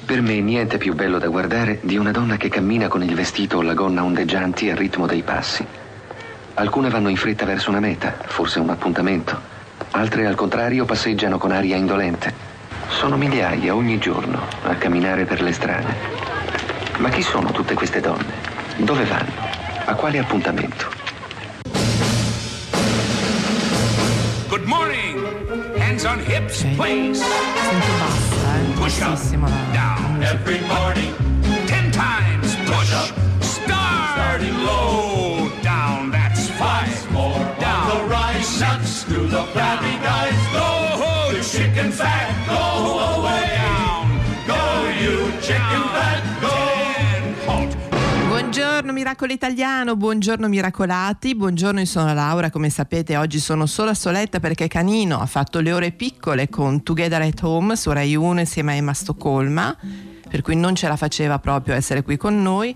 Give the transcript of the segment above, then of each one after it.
Per me niente più bello da guardare di una donna che cammina con il vestito o la gonna ondeggianti al ritmo dei passi. Alcune vanno in fretta verso una meta, forse un appuntamento. Altre al contrario passeggiano con aria indolente. Sono migliaia ogni giorno a camminare per le strade. Ma chi sono tutte queste donne? Dove vanno? A quale appuntamento? Good morning! Hands on hips, please. Sento bassa, Push up, down, every morning. 10 times push up. Starting low, down, that's 5 more. Down, the rice nuts through the flabby guys. Go, you chicken fat, go away. Down, go, you chicken fat, go. 10, halt. Buongiorno Miracolo Italiano, buongiorno Miracolati, buongiorno, io sono Laura, come sapete oggi sono solo a Soletta perché Canino ha fatto le ore piccole con Together at Home su Rai 1 insieme a Emma Stoccolma, per cui non ce la faceva proprio essere qui con noi,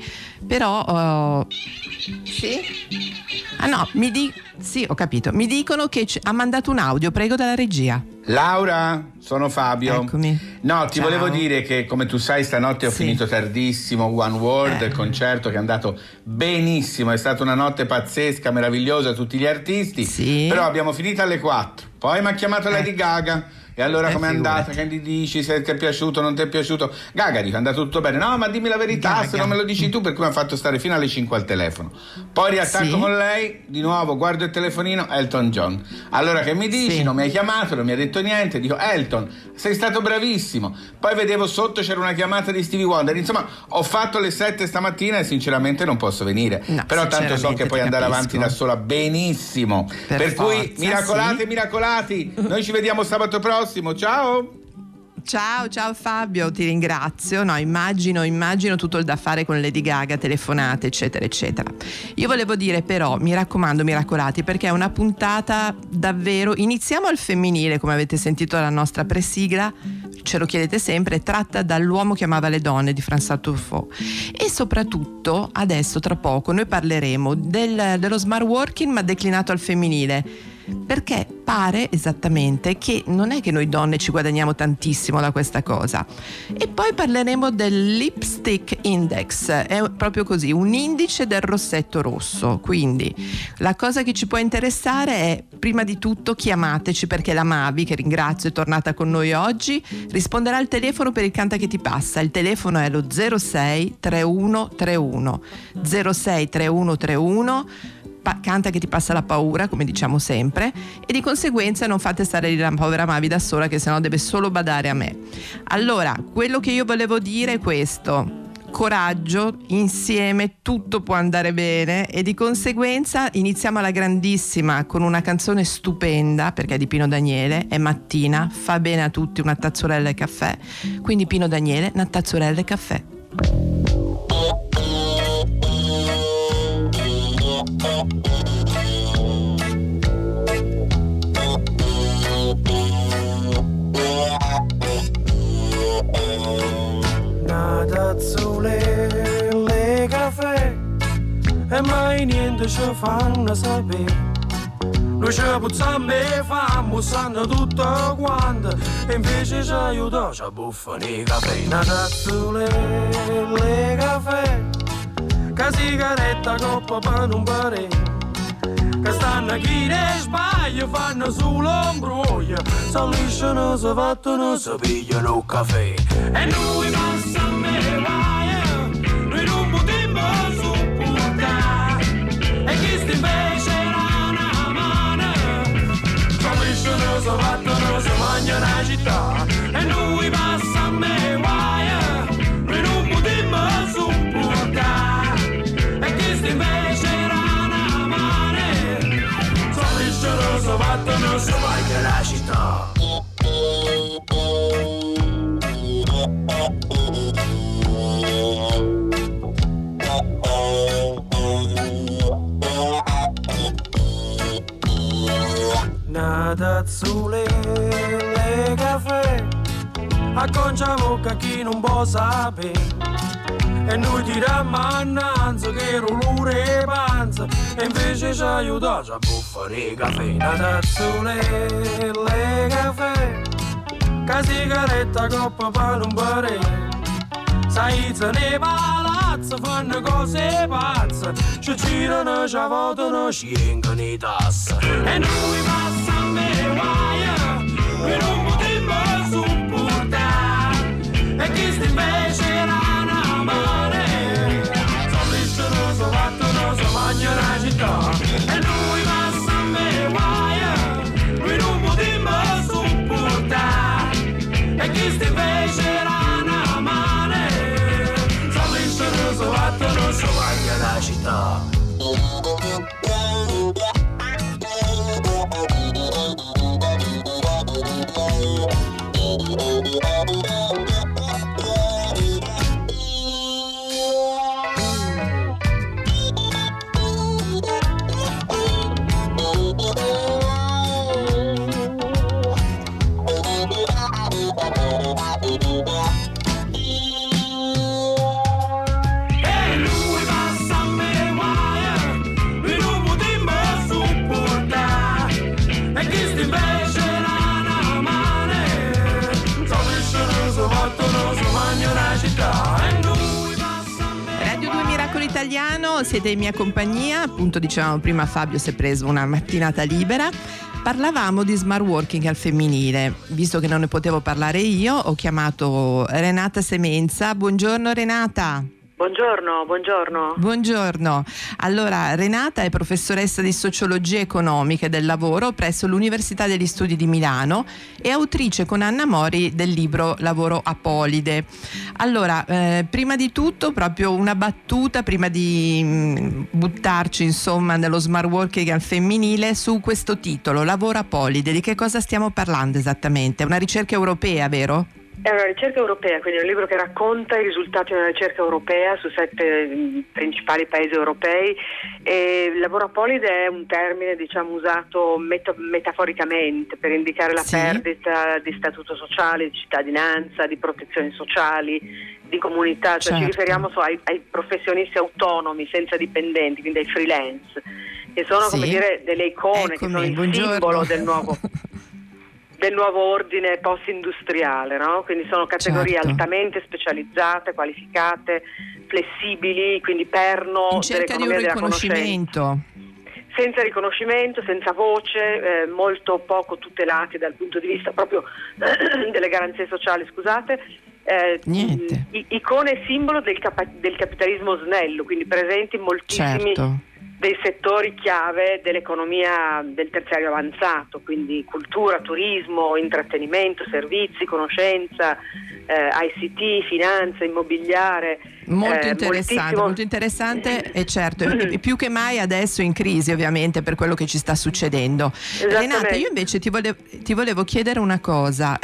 però sì? Ah no, sì, ho capito, mi dicono che ha mandato un audio, prego dalla regia. Laura, sono Fabio. Eccomi. No, ti Ciao. volevo dire che come tu sai stanotte ho finito tardissimo One World, il concerto che è andato benissimo, è stata una notte pazzesca, meravigliosa, tutti gli artisti, sì. Però abbiamo finito alle 4, poi mi ha chiamato Lady Gaga. E allora com'è andata? Che gli dici? Se ti è piaciuto, non ti è piaciuto? Gaga dice, è andato tutto bene. No, ma dimmi la verità, Gaga. se non me lo dici tu, per cui mi ha fatto stare fino alle 5 al telefono. Poi riattacco con lei, di nuovo guardo il telefonino, Elton John. Allora che mi dici? Sì. Non mi hai chiamato, non mi hai detto niente. Dico, Elton, sei stato bravissimo. Poi vedevo sotto c'era una chiamata di Stevie Wonder. Insomma, ho fatto le 7 stamattina e sinceramente non posso venire. No, però tanto so che puoi andare capisco. avanti da sola benissimo. Per cui, forza, miracolate, sì. miracolati, noi ci vediamo sabato prossimo. Ciao! Ciao Fabio, ti ringrazio. No, immagino tutto il da fare con Lady Gaga, telefonate, eccetera, eccetera. Io volevo dire però, mi raccomando, miracolati, perché è una puntata davvero. Iniziamo al femminile, come avete sentito dalla nostra presigla, ce lo chiedete sempre, tratta dall'uomo che amava le donne di François Truffaut. E soprattutto, adesso tra poco, noi parleremo dello smart working, ma declinato al femminile. Perché pare esattamente che non è che noi donne ci guadagniamo tantissimo da questa cosa. E poi parleremo del lipstick index, è proprio così, un indice del rossetto rosso. Quindi la cosa che ci può interessare è, prima di tutto, chiamateci, perché la Mavi, che ringrazio, è tornata con noi oggi, risponderà al telefono per il Canta che ti passa. Il telefono è lo 06 3131 06 3131. Canta che ti passa la paura, come diciamo sempre, e di conseguenza non fate stare lì la povera Mavi da sola, che sennò deve solo badare a me. Allora, quello che io volevo dire è questo: coraggio, insieme tutto può andare bene, e di conseguenza iniziamo alla grandissima con una canzone stupenda, perché è di Pino Daniele, è mattina, fa bene a tutti una tazzurella e caffè, quindi Pino Daniele, una tazzurella e caffè. Una tazzolelle caffè e mai niente ci fanno sapere. Noi ci puzziamo e famo, sanno tutto quanto, e invece ci aiuta, ci buffano i caffè. Una tazzolelle caffè, che sigaretta coppa per non pare, che stanno chi ne sbaglia, fanno solo imbroglio, si lisciano, si fattono, si pigliano il caffè. E noi passiamo e vai, noi non potremmo sopportare, e chi sta invece era una mano, si lisciano, si fattono, si mangiano la città. E noi passiamo e vai, noi non potremmo sopportare, e chi sta invece era una mano, si lisciano, si fattono, si mangiano la città. Una tazzolelle caffè, acconciamo che chi non può sapere, e noi tiriamo annanzi che rolure panza, e invece ci aiuta a buffare i caffè. Una tazzolelle caffè, che sigaretta coppa per non pare, Saizza nei palazzi fanno cose pazze, ci girano, ci votano, ci rengono i tasse. E noi passiamo le guaie, per un motivo supportare. E chi sta invece era una mare, sono lisciano, sono fattono, sono mangiano la città. E noi passiamo le guaie, per un motivo supportare. E chi sta invece era una mare, sono lisciano, sono fattono, sono mangiano la città. Italiano, siete in mia compagnia, appunto dicevamo prima Fabio si è preso una mattinata libera, parlavamo di smart working al femminile, visto che non ne potevo parlare io ho chiamato Renata Semenza. Buongiorno Renata. Buongiorno, buongiorno. Buongiorno. Allora, Renata è professoressa di sociologia economica e del lavoro presso l'Università degli Studi di Milano e autrice con Anna Mori del libro Lavoro Apolide. Allora, prima di tutto proprio una battuta prima di buttarci insomma nello smart working al femminile su questo titolo, Lavoro Apolide. Di che cosa stiamo parlando esattamente? È una ricerca europea, vero? È una ricerca europea, quindi è un libro che racconta i risultati di una ricerca europea su 7 principali paesi europei. E lavoro apolide è un termine usato metaforicamente per indicare la perdita di statuto sociale, di cittadinanza, di protezioni sociali, di comunità, cioè ci riferiamo ai professionisti autonomi senza dipendenti, quindi ai freelance, che sono come dire delle icone, che sono il simbolo del nuovo ordine post-industriale, no? Quindi sono categorie altamente specializzate, qualificate, flessibili, quindi perno in cerca di un riconoscimento. Senza riconoscimento, senza voce, molto poco tutelati dal punto di vista proprio delle garanzie sociali, scusate. Niente. Icone e simbolo del capitalismo snello, quindi presenti in moltissimi dei settori chiave dell'economia del terziario avanzato, quindi cultura, turismo, intrattenimento, servizi, conoscenza, ICT, finanza, immobiliare. Molto interessante e certo, e più che mai adesso in crisi ovviamente per quello che ci sta succedendo. Renata, io invece ti volevo chiedere una cosa.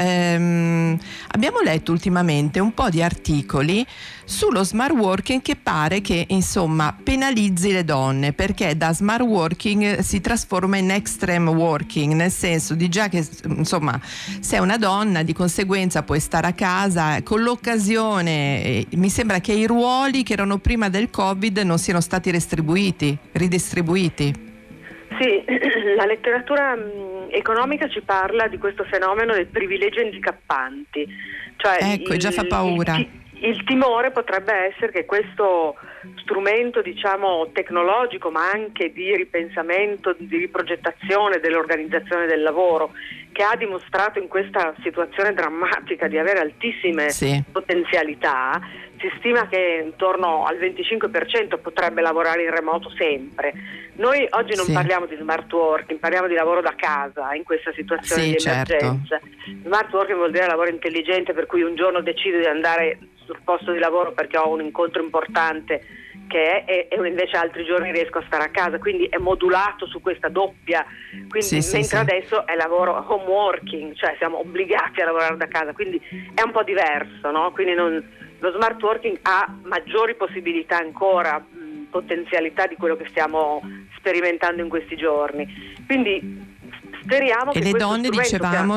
Abbiamo letto ultimamente un po' di articoli sullo smart working che pare che insomma penalizzi le donne, perché da smart working si trasforma in extreme working, nel senso di già che insomma sei una donna di conseguenza puoi stare a casa, con l'occasione mi sembra che i ruoli che erano prima del Covid non siano stati ridistribuiti. Sì, la letteratura economica ci parla di questo fenomeno dei privilegi handicappanti, cioè già fa paura. Il timore potrebbe essere che questo strumento tecnologico, ma anche di ripensamento, di riprogettazione dell'organizzazione del lavoro, che ha dimostrato in questa situazione drammatica di avere altissime potenzialità, si stima che intorno al 25% potrebbe lavorare in remoto sempre. Noi oggi non parliamo di smart working, parliamo di lavoro da casa in questa situazione di emergenza. Smart working vuol dire lavoro intelligente, per cui un giorno decido di andare sul posto di lavoro perché ho un incontro importante e invece altri giorni riesco a stare a casa, quindi è modulato su questa doppia, quindi mentre adesso è lavoro home working, cioè siamo obbligati a lavorare da casa, quindi è un po' diverso, no? Quindi lo smart working ha maggiori possibilità ancora, potenzialità di quello che stiamo sperimentando in questi giorni, quindi speriamo che le donne dicevamo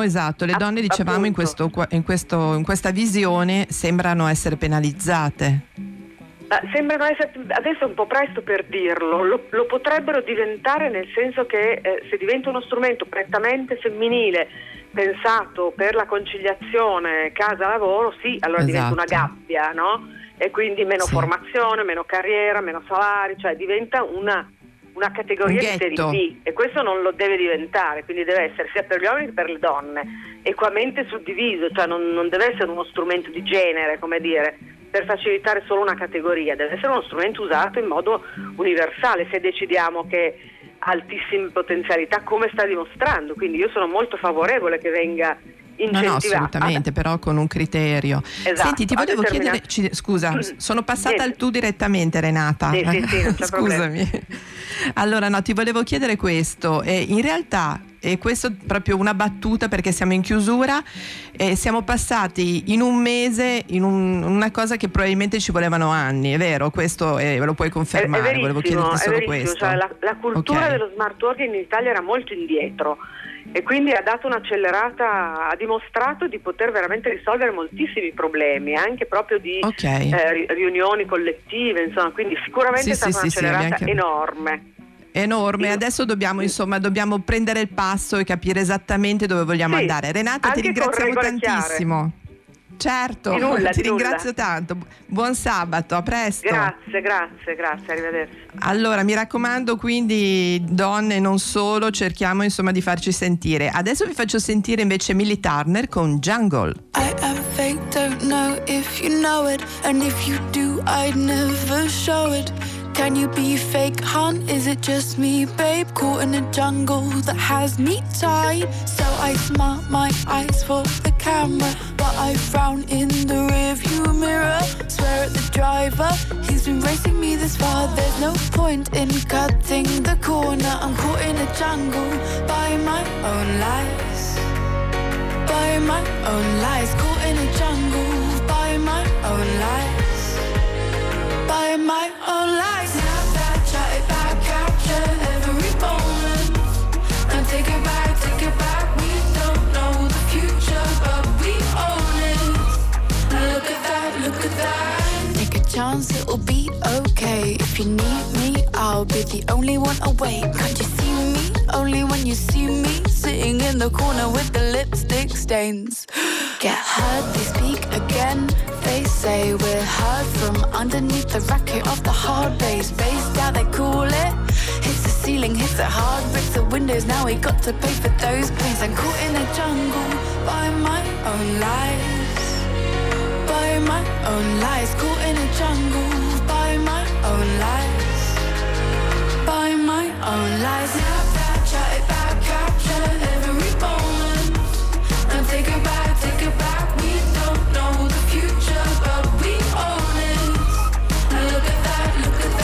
in questa visione sembrano essere penalizzate. Sembrano essere, adesso è un po' presto per dirlo, lo potrebbero diventare, nel senso che se diventa uno strumento prettamente femminile pensato per la conciliazione casa-lavoro, sì, allora diventa una gabbia, no? E quindi meno formazione, meno carriera, meno salari, cioè diventa una categoria di serie B, e questo non lo deve diventare, quindi deve essere sia per gli uomini che per le donne equamente suddiviso, cioè non deve essere uno strumento di genere, come dire, per facilitare solo una categoria, deve essere uno strumento usato in modo universale se decidiamo che ha altissime potenzialità, come sta dimostrando. Quindi io sono molto favorevole che venga incentivato. No, assolutamente, però con un criterio. Esatto, senti, ti volevo chiedere, scusa, sono passata al tu direttamente, Renata. Sì, non c'è scusami. Allora, no, ti volevo chiedere questo, in realtà, e questo è proprio una battuta perché siamo in chiusura, siamo passati in un mese in una cosa che probabilmente ci volevano anni, è vero? Questo ve lo puoi confermare? Volevo chiederti solo questo. Cioè, la cultura dello smart working in Italia era molto indietro e quindi ha dato un'accelerata, ha dimostrato di poter veramente risolvere moltissimi problemi, anche proprio di riunioni collettive, insomma, quindi sicuramente è stata un'accelerata enorme. Adesso dobbiamo prendere il passo e capire esattamente dove vogliamo andare. Renata, ti ringraziamo tantissimo. Certo, ti ringrazio tanto. Buon sabato, a presto. Grazie, arrivederci. Allora, mi raccomando, quindi donne non solo, cerchiamo insomma di farci sentire. Adesso vi faccio sentire invece Millie Turner con Jungle. I am fake, don't know if you know it, and if you do, I'd never show it. Can you be fake, hon? Is it just me, babe? Caught in a jungle that has me tied. So I smart my eyes for the camera, but I frown in the rearview mirror. Swear at the driver, he's been racing me this far. There's no point in cutting the corner. I'm caught in a jungle by my own lies. By my own lies. Caught in a jungle by my own lies. By my own lies. Snap that, chat it back, capture every moment, and take it back. We don't know the future, but we own it. Look at that. Take a chance, it'll be okay. If you need me, I'll be the only one awake. Can't you see me? Only when you see me sitting in the corner with the lipstick stains. Get heard, they speak again. They say we're heard from underneath the racket of the hard bass. Bass down, they call it. Hits the ceiling, hits it hard, breaks the windows. Now we got to pay for those pains. I'm caught in a jungle by my own lies. By my own lies. Caught in a jungle by my own lies. By my own lies. Snap that, chat it back, capture every moment, and take it back. We don't know the future, but we own it. Look at that.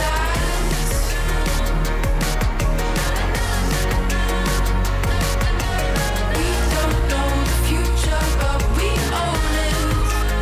We don't know the future, but we own it.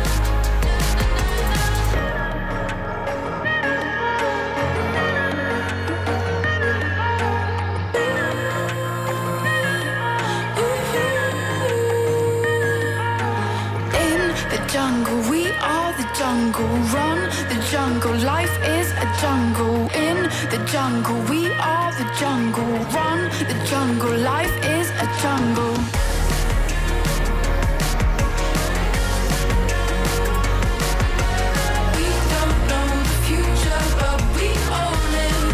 Jungle, we are the jungle. Run the jungle, life is a jungle. In the jungle, we are the jungle. Run the jungle, life is a jungle. We don't know the future, but we own it.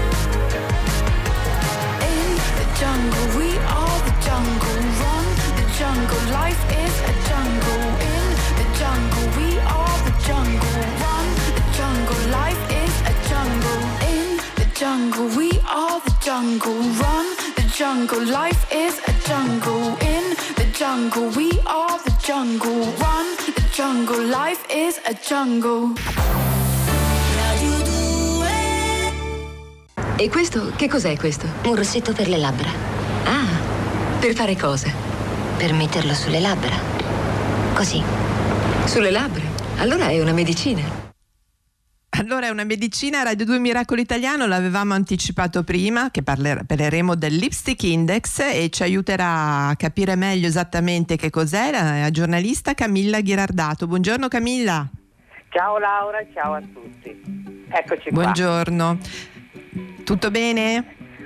In the jungle, we are the jungle. Run the jungle, life is a jungle. Jungle, we are the jungle. Run the jungle, life is a jungle. In the jungle, we are the jungle. Run the jungle, life is a jungle. In the jungle, we are the jungle. Run the jungle, life is a jungle. E questo? Che cos'è questo? Un rossetto per le labbra. Ah, per fare cosa? Per metterlo sulle labbra. Così. Sulle labbra? Allora è una medicina. Allora è una medicina. Radio 2 Miracolo Italiano, l'avevamo anticipato prima, che parleremo del Lipstick Index e ci aiuterà a capire meglio esattamente che cos'è la giornalista Camilla Ghirardato. Buongiorno Camilla. Ciao Laura, ciao a tutti. Eccoci qua. Buongiorno. Tutto bene?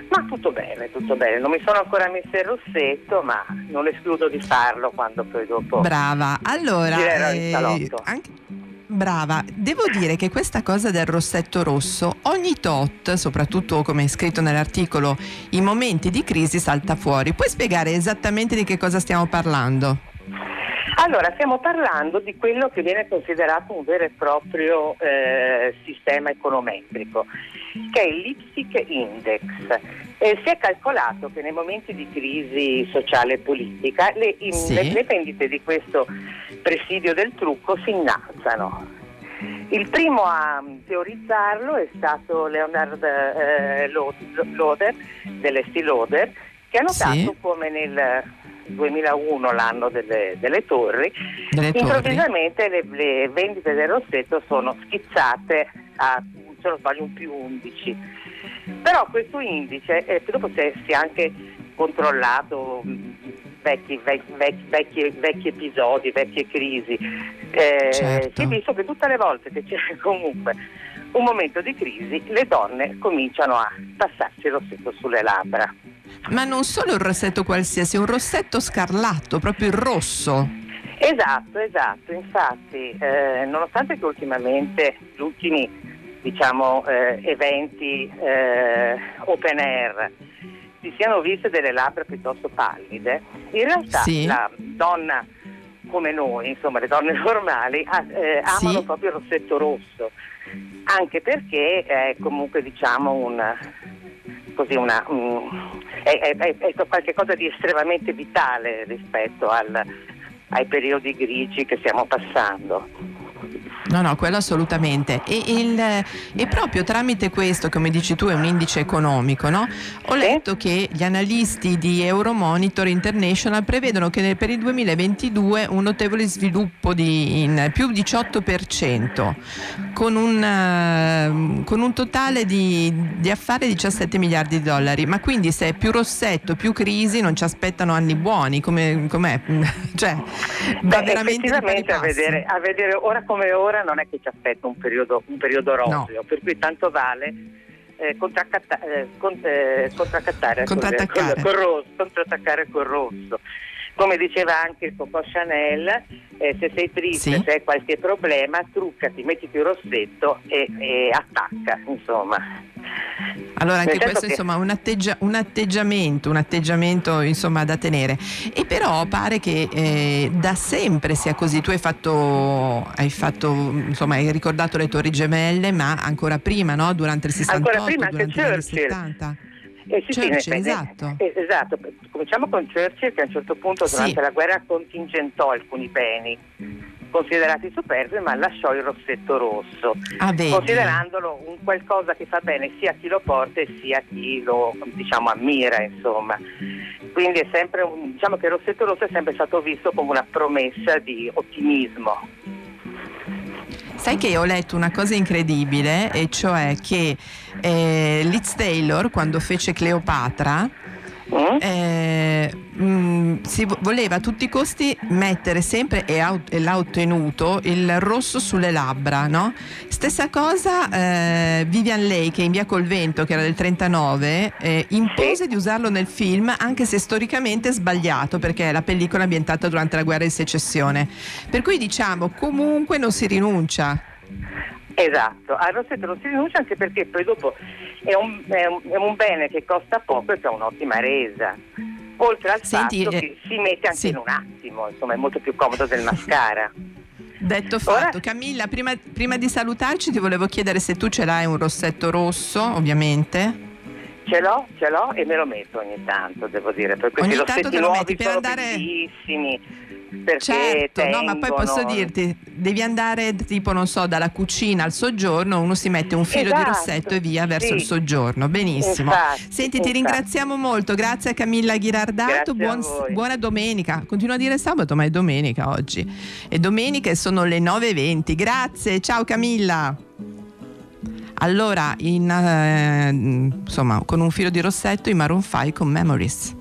Ma tutto bene, non mi sono ancora messa il rossetto, ma non escludo di farlo quando poi dopo brava, allora girerò in salotto. Brava, devo dire che questa cosa del rossetto rosso ogni tot, soprattutto come è scritto nell'articolo, in momenti di crisi salta fuori. Puoi spiegare esattamente di che cosa stiamo parlando? Allora, stiamo parlando di quello che viene considerato un vero e proprio sistema econometrico, che è il Lipstick Index. Si è calcolato che nei momenti di crisi sociale e politica le vendite di questo presidio del trucco si innalzano. Il primo a teorizzarlo è stato Leonard Lauder, dell'Estée Lauder, che ha notato come nel 2001, l'anno delle torri, improvvisamente le vendite del rossetto sono schizzate a, se non sbaglio, un più 11. Però questo indice, dopo si è anche controllato vecchi episodi, vecchie crisi, si è visto che tutte le volte che c'è comunque un momento di crisi, le donne cominciano a passarsi il rossetto sulle labbra. Ma non solo il rossetto qualsiasi, un rossetto scarlatto, proprio il rosso. Esatto, infatti nonostante che ultimamente gli ultimi eventi open air si siano viste delle labbra piuttosto pallide, in realtà la donna come noi, insomma le donne normali, amano proprio il rossetto rosso, anche perché è comunque è qualche cosa di estremamente vitale rispetto ai periodi grigi che stiamo passando. No, quello assolutamente. E proprio tramite questo, come dici tu, è un indice economico, no? Ho letto che gli analisti di Euromonitor International prevedono che per il 2022 un notevole sviluppo in più 18%, con un totale di affari di 17 miliardi di dollari. Ma quindi se è più rossetto, più crisi, non ci aspettano anni buoni, com'è? Cioè, va veramente effettivamente a vedere ora come ora non è che ci aspetta un periodo roseo, per cui tanto vale contrattaccare col rosso. Come diceva anche il Coco Chanel, se sei triste, se hai qualche problema, truccati, mettiti il rossetto e attacca, insomma. Allora anche questo insomma un atteggiamento insomma da tenere, e però pare che da sempre sia così. Tu hai ricordato le Torri Gemelle, ma ancora prima, no? Durante il 68, ancora prima anche durante gli 70. Churchill, esatto. Cominciamo con Churchill, che a un certo punto durante la guerra contingentò alcuni beni considerati superflui, ma lasciò il rossetto rosso, considerandolo un qualcosa che fa bene sia a chi lo porta e sia a chi lo ammira, insomma. Quindi è sempre che il rossetto rosso è sempre stato visto come una promessa di ottimismo. Sai che ho letto una cosa incredibile, e cioè che Liz Taylor, quando fece Cleopatra, si voleva a tutti i costi mettere sempre, e l'ha ottenuto, il rosso sulle labbra, no? Stessa cosa Vivian Leigh, che in Via col Vento, che era del 39, impose di usarlo nel film, anche se storicamente sbagliato, perché è la pellicola ambientata durante la guerra di secessione, per cui comunque non si rinuncia. Esatto, al rossetto non si rinuncia, anche perché poi dopo è un bene che costa poco e che ha un'ottima resa, oltre al fatto che si mette anche in un attimo, insomma è molto più comodo del mascara. Detto fatto. Camilla, prima di salutarci ti volevo chiedere se tu ce l'hai un rossetto rosso, ovviamente. Ce l'ho e me lo metto ogni tanto, devo dire, per questi rossetti nuovi sono bellissimi. Certo, no, ma poi posso dirti, devi andare tipo, non so, dalla cucina al soggiorno, uno si mette un filo di rossetto e via verso il soggiorno. Benissimo. Senti, ti ringraziamo molto, grazie a Camilla Ghirardato, buona domenica. Continuo a dire sabato, ma è domenica oggi. È domenica e sono le 9:20. Grazie, ciao Camilla. Allora, insomma, con un filo di rossetto, i Maroon 5 con Memories.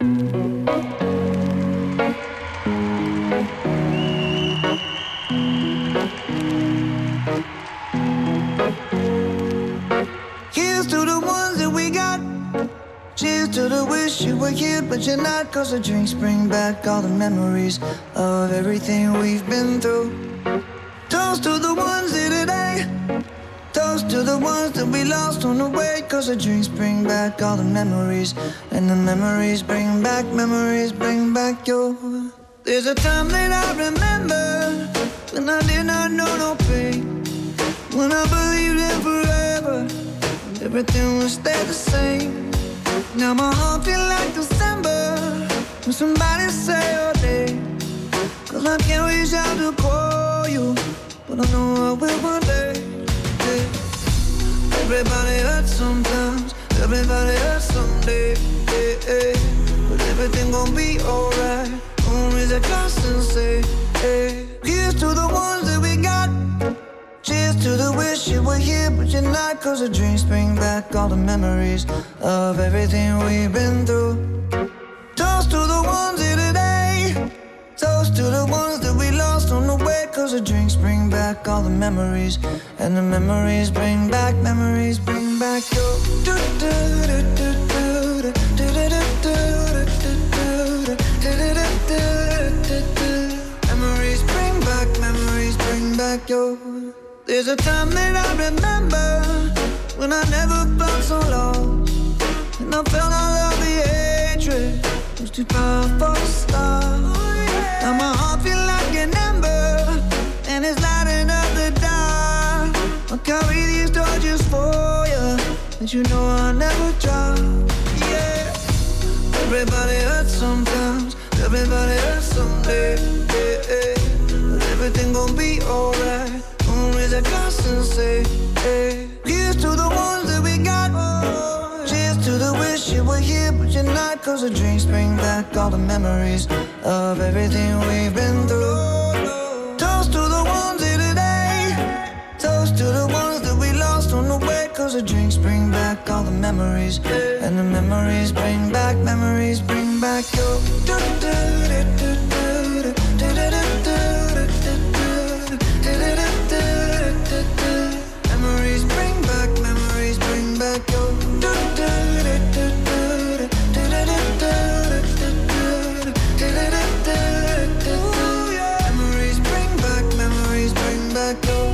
Cheers to the ones that we got. Cheers were here, but you're not. Cause the drinks bring back all the memories of everything we've been through. Toast to the ones here today. Toast to the ones that we lost on the way. Cause the drinks bring back all the memories. And the memories bring back your. There's a time that I remember when I did not know no pain. When I believed in forever, everything would stay the same. Now my heart feels like December when somebody say your name. Cause I can't reach out to call you, but I know I will one day. Hey. Everybody hurts sometimes, everybody hurts someday. Hey, hey. But everything gon' be alright. Gonna raise a glass and say, hey. Here's to the ones that we got. Cheers to the wish you were here, but you're not. Cause the drinks bring back all the memories of everything we've been through. Toast to the ones here today. Toast to the ones that we lost on the way. Cause the drinks bring back all the memories. And the memories bring back your. Memories bring back your. There's a time that I remember when I never felt so lost, and I felt all of the hatred was too powerful to stop. Now my heart feels like an ember, and it's lighting up the dark. I'll carry these torches for you, but you know I'll never drop. Yeah. Everybody hurts sometimes, everybody hurts someday. Yeah, yeah. But everything gon' be alright. Raise a glass and say, hey. Here's to the ones that we got. Cheers to the wish you were here, but you're not. Cause the drinks bring back all the memories of everything we've been through. Toast to the ones here today. Toast to the ones that we lost on the way. Cause the drinks bring back all the memories. And the memories bring back your. Memories bring back your. Memories bring back your.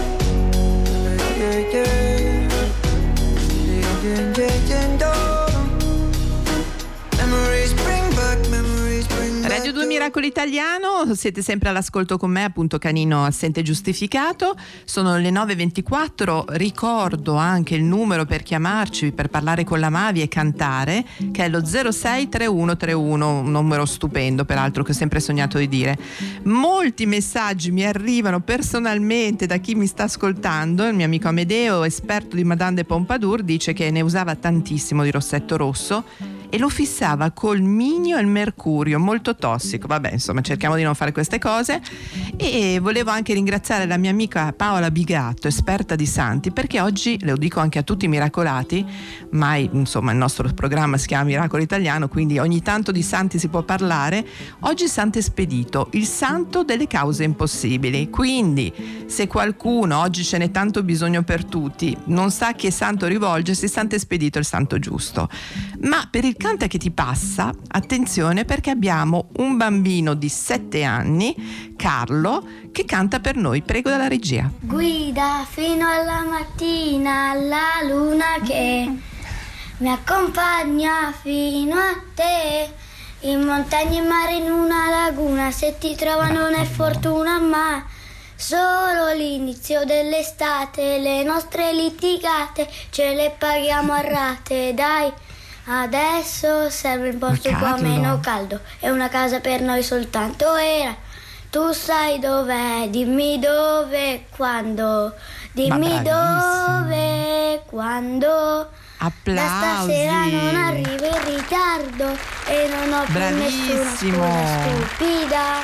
Radio 2 Miracolo Italiano, siete sempre all'ascolto con me, appunto Canino assente giustificato. Sono le 9:24, ricordo anche il numero per chiamarci, per parlare con la Mavi e cantare, che è lo 063131, un numero stupendo peraltro che ho sempre sognato di dire. Molti messaggi mi arrivano personalmente da chi mi sta ascoltando. Il mio amico Amedeo, esperto di Madame de Pompadour, dice che ne usava tantissimo di rossetto rosso e lo fissava col minio e il mercurio, molto tossico. Vabbè, insomma, cerchiamo di non fare queste cose. E volevo anche ringraziare la mia amica Paola Bigatto, esperta di santi, perché oggi, lo dico anche a tutti i miracolati, mai insomma il nostro programma si chiama Miracolo Italiano, quindi ogni tanto di santi si può parlare. Oggi Santo Espedito, il santo delle cause impossibili. Quindi se qualcuno, oggi ce n'è tanto bisogno per tutti, non sa che santo rivolgersi, Santo Espedito è il santo giusto. Ma per il Canta che ti passa, attenzione, perché abbiamo un bambino di 7 anni, Carlo, che canta per noi. Prego dalla regia. Guida fino alla mattina la luna che mi accompagna fino a te, in montagna, in mare, in una laguna. Se ti trova non è fortuna ma solo l'inizio dell'estate. Le nostre litigate ce le paghiamo a rate, dai. Adesso serve un posto un po' meno caldo e una casa per noi soltanto era. Tu sai dov'è, dimmi dove, quando. Dimmi dove, quando. Applausi. Da stasera non arrivo in ritardo e non ho più nessuna scusa stupida.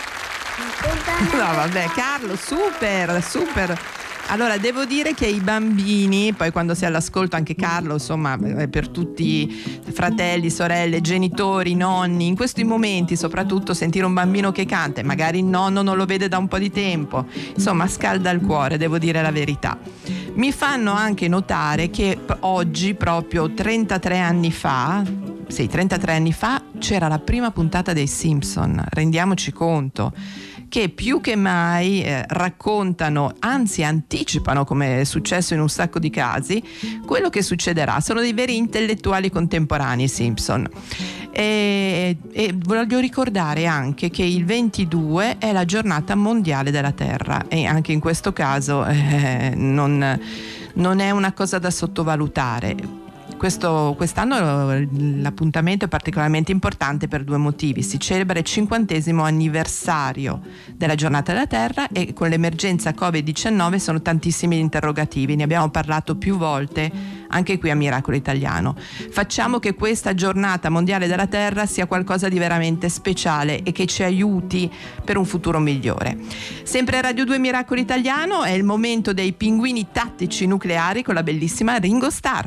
No, vabbè, Carlo, super. Allora, devo dire che i bambini, poi quando si è all'ascolto anche Carlo, insomma, per tutti fratelli, sorelle, genitori, nonni, in questi momenti soprattutto sentire un bambino che canta e magari il nonno non lo vede da un po' di tempo, insomma, scalda il cuore, devo dire la verità. Mi fanno anche notare che oggi, proprio 33 anni fa, Sì, 33 anni fa c'era la prima puntata dei Simpson, rendiamoci conto, che più che mai raccontano, anzi anticipano, come è successo in un sacco di casi, quello che succederà. Sono dei veri intellettuali contemporanei, Simpson. E voglio ricordare anche che il 22 è la giornata mondiale della Terra, e anche in questo caso non è una cosa da sottovalutare. Quest'anno l'appuntamento è particolarmente importante per due motivi. Si celebra il 50° anniversario della giornata della Terra, e con l'emergenza Covid-19 sono tantissimi gli interrogativi. Ne abbiamo parlato più volte anche qui a Miracolo Italiano. Facciamo che questa giornata mondiale della Terra sia qualcosa di veramente speciale e che ci aiuti per un futuro migliore. Sempre a Radio 2 Miracolo Italiano è il momento dei pinguini tattici nucleari con la bellissima Ringo Starr.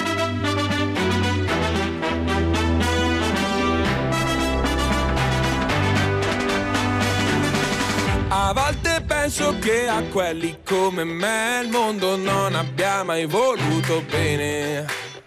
A volte penso che a quelli come me il mondo non abbia mai voluto bene.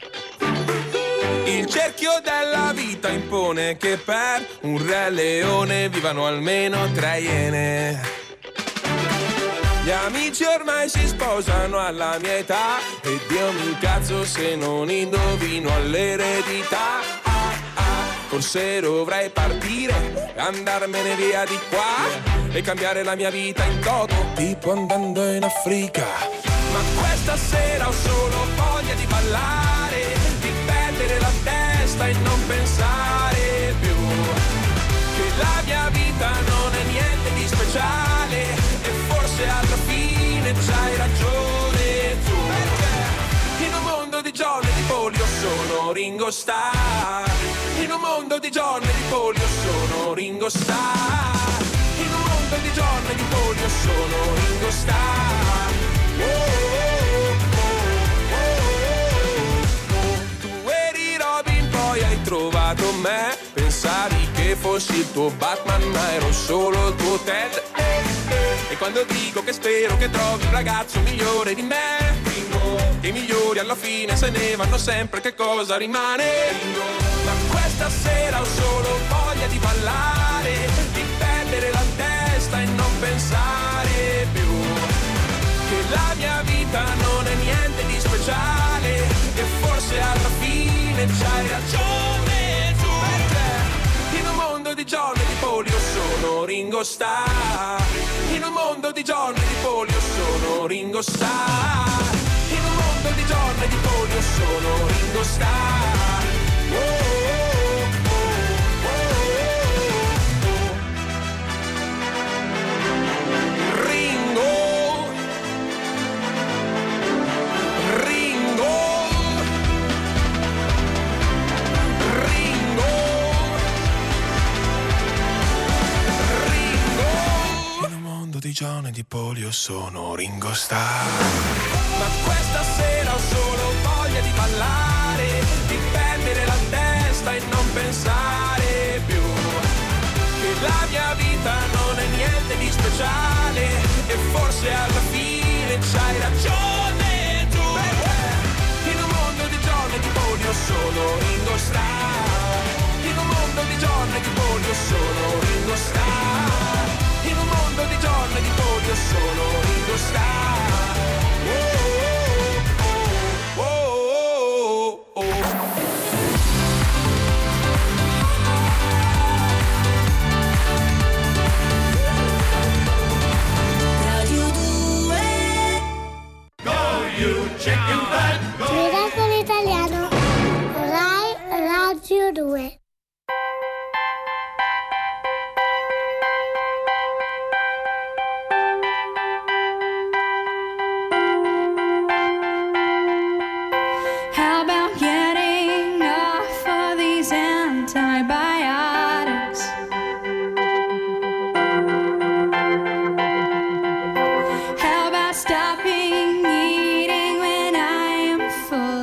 Il cerchio della vita impone che per un re leone vivano almeno 3 iene. Gli amici ormai si sposano alla mia età e Dio mi incazzo se non indovino all'eredità. Forse dovrei partire, andarmene via di qua e cambiare la mia vita in toto, tipo andando in Africa. Ma questa sera ho solo voglia di ballare, di perdere la testa e non pensare più che la mia vita non è niente di speciale, e forse alla fine c'hai ragione tu. Perché in un mondo di John e di Paul io sono Ringo Starr. In un mondo di John e di Paul io sono Ringo Starr. In un mondo di John e di Paul io sono Ringo Starr. Tu eri Robin, poi hai trovato me. Pensavi che fossi il tuo Batman, ma ero solo il tuo Ted. E quando dico che spero che trovi un ragazzo migliore di me, che i migliori alla fine se ne vanno sempre, che cosa rimane? Ma questa sera ho solo voglia di ballare, di perdere la testa e non pensare più che la mia vita non è niente di speciale, e forse alla fine c'hai ragione tu. Perché in un mondo di John e di Paul io sono Ringo Starr. In un mondo di John e di Paul io sono Ringo Starr. In un mondo di John e di Paul io sono Ringo Starr. Di John e di Paul io sono Ringo Starr. Ma questa sera ho solo voglia di ballare, di perdere la testa e non pensare più che la mia vita non è niente di speciale, e forse alla fine c'hai ragione tu. Perché in un mondo di John e di Paul io sono Ringo Starr. In un mondo di John e di Paul io sono Ringo Starr. In un mondo di John e di Paul io sono Ringo Starr. Radio 2. Go you chicken fat, go. Miracolo Italiano, Rai Radio 2. How about stopping eating when I am full?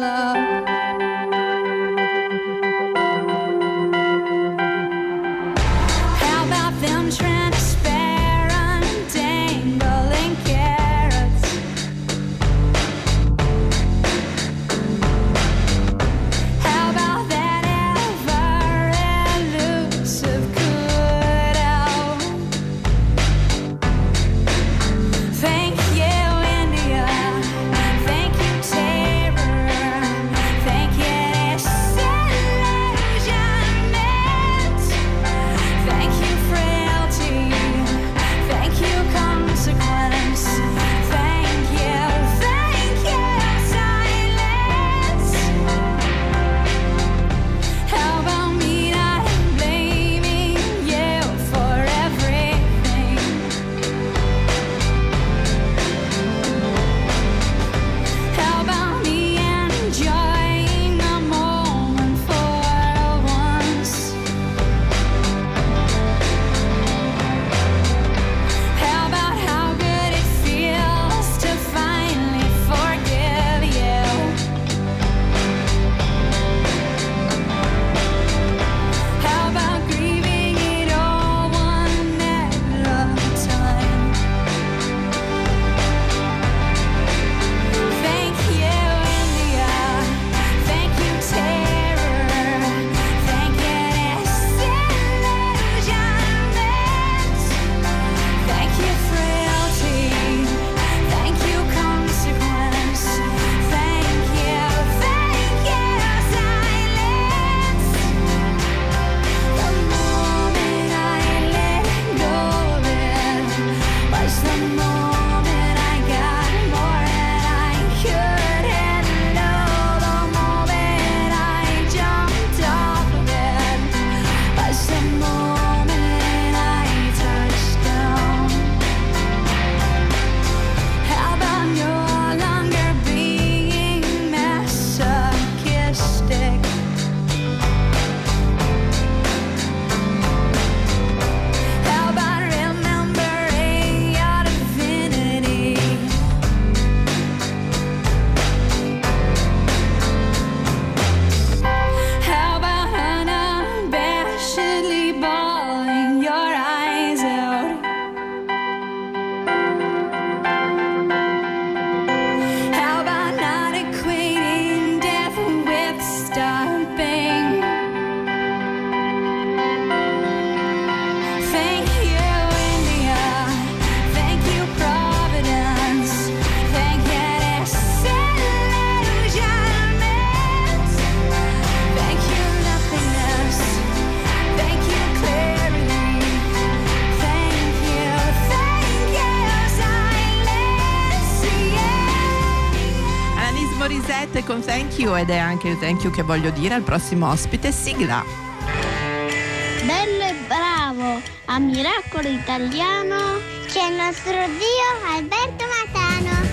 Lorisette con Thank You, ed è anche il thank you che voglio dire al prossimo ospite. Sigla. Bello e bravo a Miracolo Italiano c'è il nostro Dio Alberto Matano.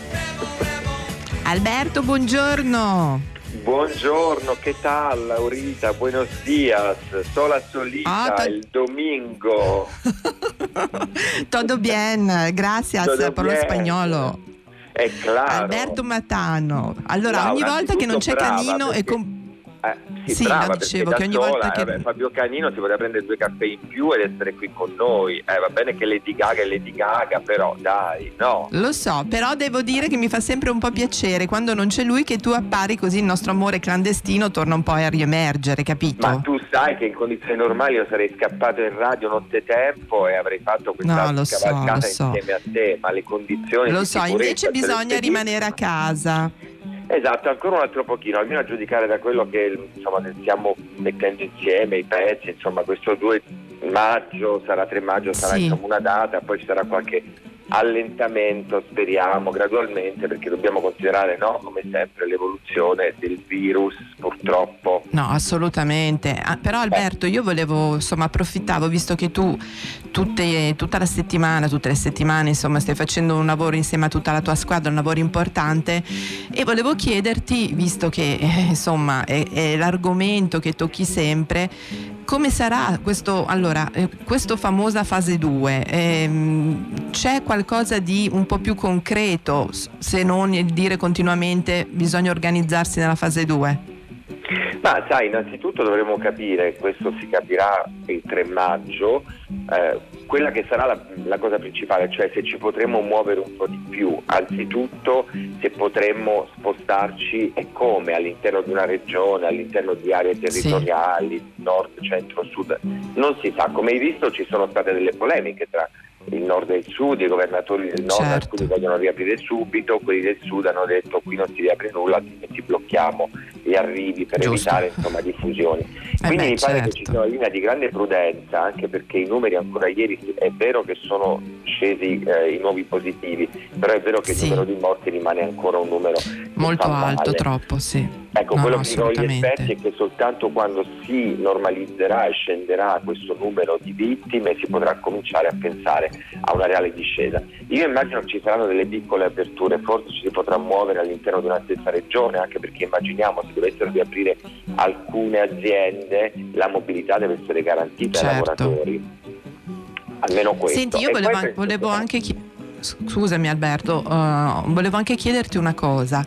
Alberto, buongiorno. Buongiorno, che tal, Laurita? Buenos días, sola solita, el domingo. Todo bien, gracias por lo spagnolo. È claro. Alberto Matano. Allora, Laura, ogni volta che non c'è Canino perché... Sì, brava, lo dicevo perché che ogni sola, volta che Fabio Canino si poteva prendere 2 caffè in più ed essere qui con noi. Va bene che Lady Gaga è Lady Gaga, però dai, no. Lo so, però devo dire che mi fa sempre un po' piacere quando non c'è lui, che tu appari, così il nostro amore clandestino torna un po' a riemergere, capito? Ma tu sai che in condizioni normali io sarei scappato in radio nottetempo e avrei fatto questa cavalcata insieme a te, ma le condizioni lo di so, sicurezza invece bisogna rimanere a casa. Esatto, ancora un altro pochino, almeno a giudicare da quello che insomma stiamo mettendo insieme i pezzi, insomma questo 2 maggio sarà 3 maggio, sarà insomma una data, poi ci sarà qualche allentamento, speriamo, gradualmente, perché dobbiamo considerare, no, come sempre, l'evoluzione del virus, purtroppo. No, assolutamente. Però Alberto, io volevo, insomma, approfittavo, visto che tu tutte le settimane, insomma, stai facendo un lavoro insieme a tutta la tua squadra, un lavoro importante, e volevo chiederti, visto che insomma è l'argomento che tocchi sempre, come sarà questo famosa fase 2? C'è qualcosa di un po' più concreto, se non il dire continuamente bisogna organizzarsi nella fase 2? Ma sai, innanzitutto dovremo capire, questo si capirà il 3 maggio, quella che sarà la cosa principale, cioè se ci potremo muovere un po' di più, anzitutto se potremmo spostarci e come all'interno di una regione, all'interno di aree territoriali, nord, centro, sud, non si sa. Come hai visto ci sono state delle polemiche tra il nord e il sud, i governatori del nord, alcuni vogliono riaprire subito, quelli del sud hanno detto qui non si riapre nulla, altrimenti blocchiamo gli arrivi per evitare insomma diffusioni. Quindi mi pare che ci sia una linea di grande prudenza, anche perché i numeri ancora ieri è vero che sono scesi i nuovi positivi, però è vero che il numero di morti rimane ancora un numero molto alto, troppo, sì. Ecco, quello che dicono gli esperti è che soltanto quando si normalizzerà e scenderà questo numero di vittime si potrà cominciare a pensare a una reale discesa. Io immagino che ci saranno delle piccole aperture, forse ci si potrà muovere all'interno di una stessa regione, anche perché immaginiamo se dovessero riaprire alcune aziende la mobilità deve essere garantita ai lavoratori. Almeno questo. Senti, io volevo anche scusami Alberto, volevo anche chiederti una cosa.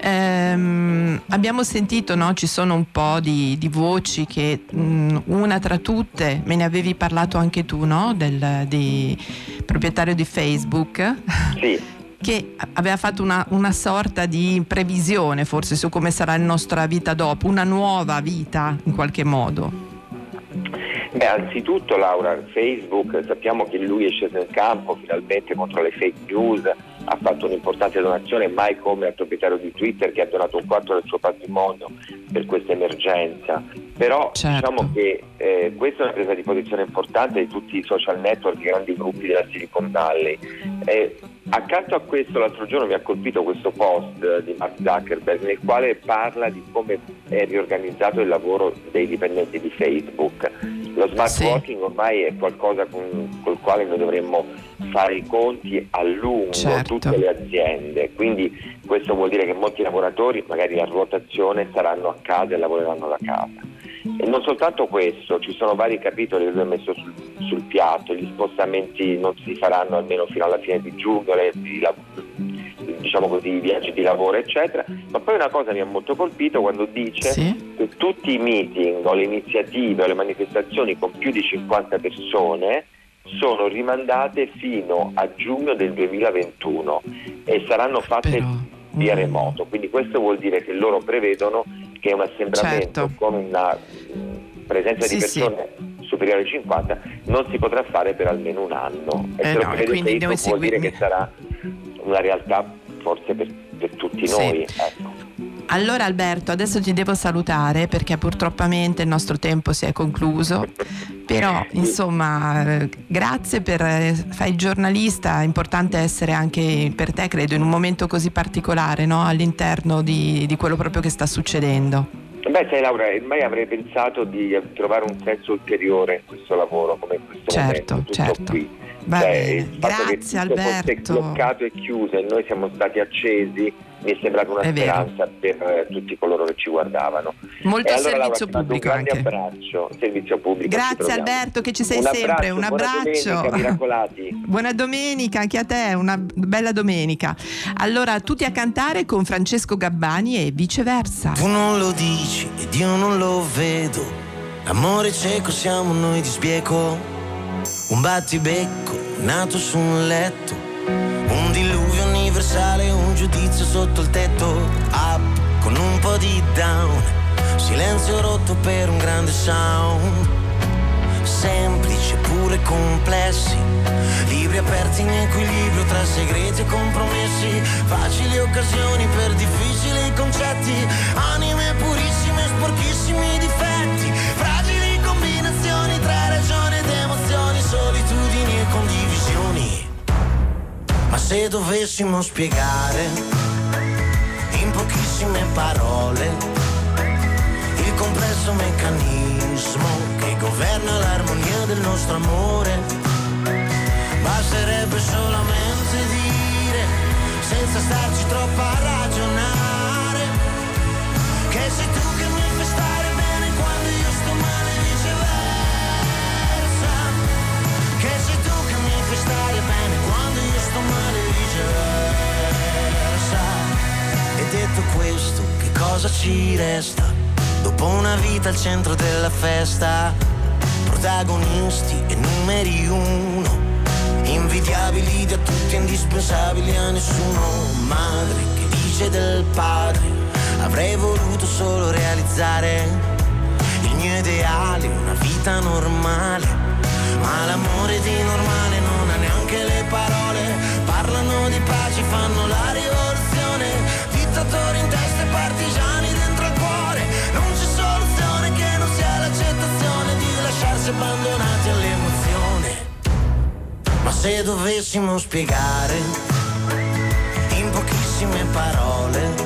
Abbiamo sentito, no? Ci sono un po' di voci che una tra tutte, me ne avevi parlato anche tu, no? Di proprietario di Facebook. Sì. Che aveva fatto una sorta di previsione forse su come sarà la nostra vita dopo, una nuova vita in qualche modo. Beh, anzitutto Laura, Facebook, sappiamo che lui è sceso in campo finalmente contro le fake news, ha fatto un'importante donazione, mai come al proprietario di Twitter che ha donato 1/4 del suo patrimonio per questa emergenza. Però diciamo che questa è una presa di posizione importante di tutti i social network, i grandi gruppi della Silicon Valley. Accanto a questo, l'altro giorno mi ha colpito questo post di Mark Zuckerberg nel quale parla di come è riorganizzato il lavoro dei dipendenti di Facebook. Lo smart working ormai è qualcosa col quale noi dovremmo fare i conti a lungo, tutte le aziende, quindi questo vuol dire che molti lavoratori magari a ruotazione saranno a casa e lavoreranno da casa. E non soltanto questo, ci sono vari capitoli che lui ha messo sul piatto, gli spostamenti non si faranno almeno fino alla fine di giugno, diciamo così, i viaggi di lavoro eccetera, ma poi una cosa mi ha molto colpito quando dice che tutti i meeting o le iniziative o le manifestazioni con più di 50 persone sono rimandate fino a giugno del 2021 e saranno fatte via remoto, quindi questo vuol dire che loro prevedono che un assembramento con una presenza di persone superiore ai 50 non si potrà fare per almeno un anno, e se lo prevede Facebook vuol dire che sarà una realtà forse per tutti noi, ecco. Allora Alberto, adesso ti devo salutare perché purtroppamente il nostro tempo si è concluso, però insomma grazie fai il giornalista, è importante essere anche per te, credo, in un momento così particolare, no? All'interno di quello proprio che sta succedendo. Beh, sai Laura, mai avrei pensato di trovare un senso ulteriore in questo lavoro, come in questo momento, tutto certo. qui. Beh, Il fatto grazie che tutto Alberto. fosse bloccato e chiuso e noi siamo stati accesi mi è sembrata una speranza per tutti coloro che ci guardavano. Molto allora, servizio Laura, pubblico un grande anche. abbraccio, servizio pubblico. Grazie Alberto che ci sei sempre, un abbraccio. Buona domenica, miracolati. Buona domenica anche a te, una bella domenica. Allora tutti a cantare con Francesco Gabbani e Viceversa. Tu non lo dici ed io non lo vedo, amore cieco siamo noi di sbieco, un battibecco nato su un letto, un diluvio universale, un giudizio sotto il tetto, up con un po' di down, silenzio rotto per un grande sound, semplici eppure complessi, libri aperti in equilibrio tra segreti e compromessi, facili occasioni per difficili concetti, anime purissime, sporchissimi difetti, fragili combinazioni tra ragione ed emozioni, solitudini e condivisioni. Ma se dovessimo spiegare in pochissime parole il complesso meccanismo che governa l'armonia del nostro amore, basterebbe solamente dire, senza starci troppo a ragionare, che sei tu che mi fai stare bene quando io sto male e viceversa, che sei tu che mi fai stare bene quando io sto male e viceversa. E detto questo, che cosa ci resta? Dopo una vita al centro della festa, protagonisti e numeri uno, invidiabili da tutti, indispensabili a nessuno, madre che dice del padre, avrei voluto solo realizzare il mio ideale, una vita normale, ma l'amore di normale non ha neanche le parole, parlano di pace, fanno la rivoluzione, dittatori in testa e partigiani dentro il cuore, non c'è soluzione che non sia l'accettazione di lasciarsi abbandonati all'emozione. Ma se dovessimo spiegare in pochissime parole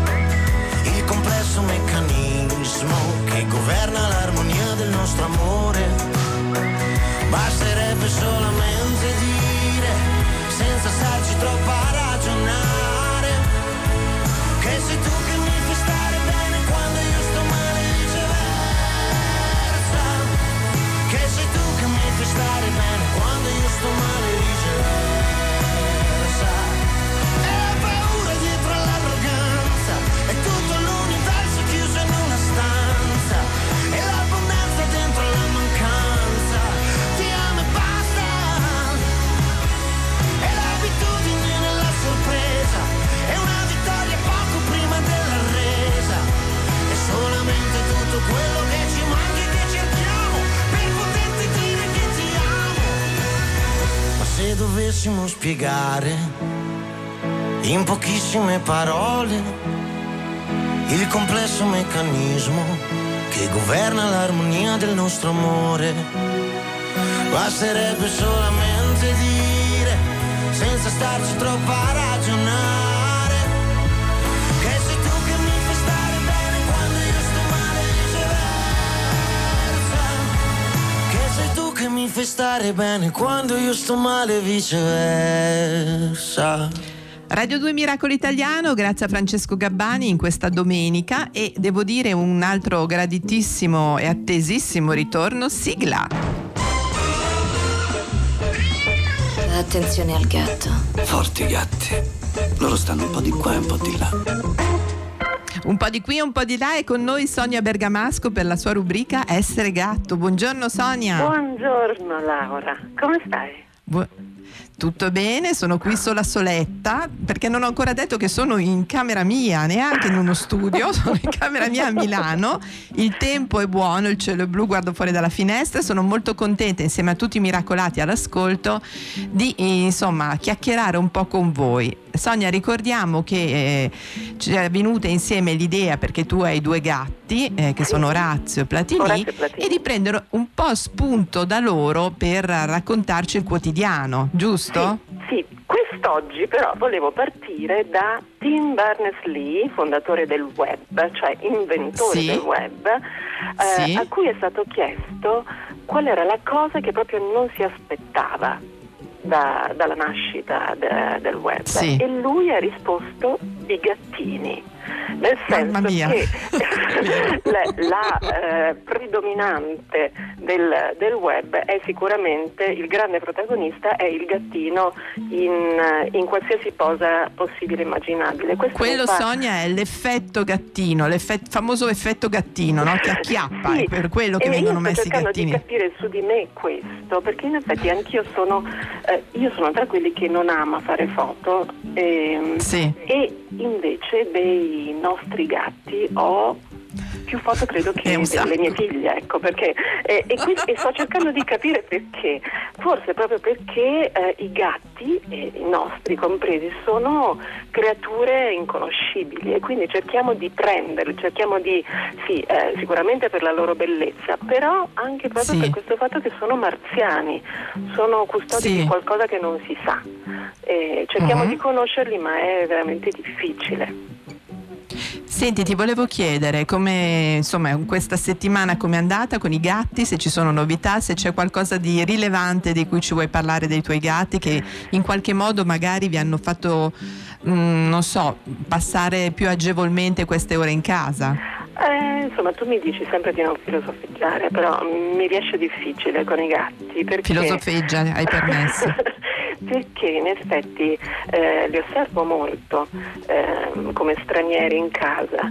il complesso meccanismo che governa l'armonia del nostro amore, basterebbe solamente dire, senza starci troppo a ragionare, che sei tu che mi fai stare bene quando io sto male e viceversa, che sei tu che mi fai stare bene quando io sto male e viceversa. E la paura dietro all'arroganza è tutto l'universo chiuso in una stanza, e l'abbondanza dentro la mancanza, ti amo e basta, e l'abitudine nella sorpresa, è una vittoria poco prima della resa, è solamente tutto quello che ci manca e che cerchiamo per poterti dire che ti amo. Ma se dovessimo spiegare in pochissime parole il complesso meccanismo che governa l'armonia del nostro amore, basterebbe solamente dire, senza starci troppo a ragionare, che sei tu che mi fai stare bene quando io sto male e viceversa, che sei tu che mi fai stare bene quando io sto male e viceversa. Radio 2 Miracolo Italiano, grazie a Francesco Gabbani in questa domenica, e devo dire un altro graditissimo e attesissimo ritorno, sigla. Attenzione al gatto. Forti gatti, loro stanno un po' di qua e un po' di là. Un po' di qui e un po' di là, e con noi Sonia Bergamasco per la sua rubrica Essere gatto. Buongiorno Sonia. Buongiorno Laura, come stai? Tutto bene, sono qui sola soletta perché non ho ancora detto che sono in camera mia, neanche in uno studio, sono in camera mia a Milano, il tempo è buono, il cielo è blu, guardo fuori dalla finestra, sono molto contenta insieme a tutti i miracolati all'ascolto di insomma chiacchierare un po' con voi. Sonia, ricordiamo che ci è venuta insieme l'idea, perché tu hai 2 gatti che sono Orazio e Platini, e di prendere un po' spunto da loro per raccontarci il quotidiano, giusto? Sì, quest'oggi però volevo partire da Tim Berners-Lee, fondatore del web, cioè inventore del web, a cui è stato chiesto qual era la cosa che proprio non si aspettava dalla nascita del web, e lui ha risposto i gattini, nel senso che la predominante del web è sicuramente, il grande protagonista è il gattino in qualsiasi posa possibile e immaginabile. Quello, Sonia, è l'effetto gattino, famoso effetto gattino, no? Che acchiappa, è per quello che vengono messi i gattini. Io sto cercando di capire su di me questo, perché in effetti anch'io sono tra quelli che non ama fare foto, e invece dei nostri gatti ho più foto, credo, che delle mie figlie, ecco, perché e sto cercando di capire perché. Forse proprio perché i gatti, i nostri compresi, sono creature inconoscibili, e quindi cerchiamo di prenderli, cerchiamo di sicuramente per la loro bellezza, però anche proprio per questo fatto che sono marziani, sono custodi di qualcosa che non si sa, e cerchiamo di conoscerli, ma è veramente difficile. Senti, ti volevo chiedere come, insomma, questa settimana com'è andata con i gatti, se ci sono novità, se c'è qualcosa di rilevante di cui ci vuoi parlare dei tuoi gatti, che in qualche modo magari vi hanno fatto, non so, passare più agevolmente queste ore in casa. Insomma, tu mi dici sempre di non filosofeggiare, però mi riesce difficile con i gatti. Perché... Filosofeggia, hai permesso. Perché in effetti li osservo molto come stranieri in casa,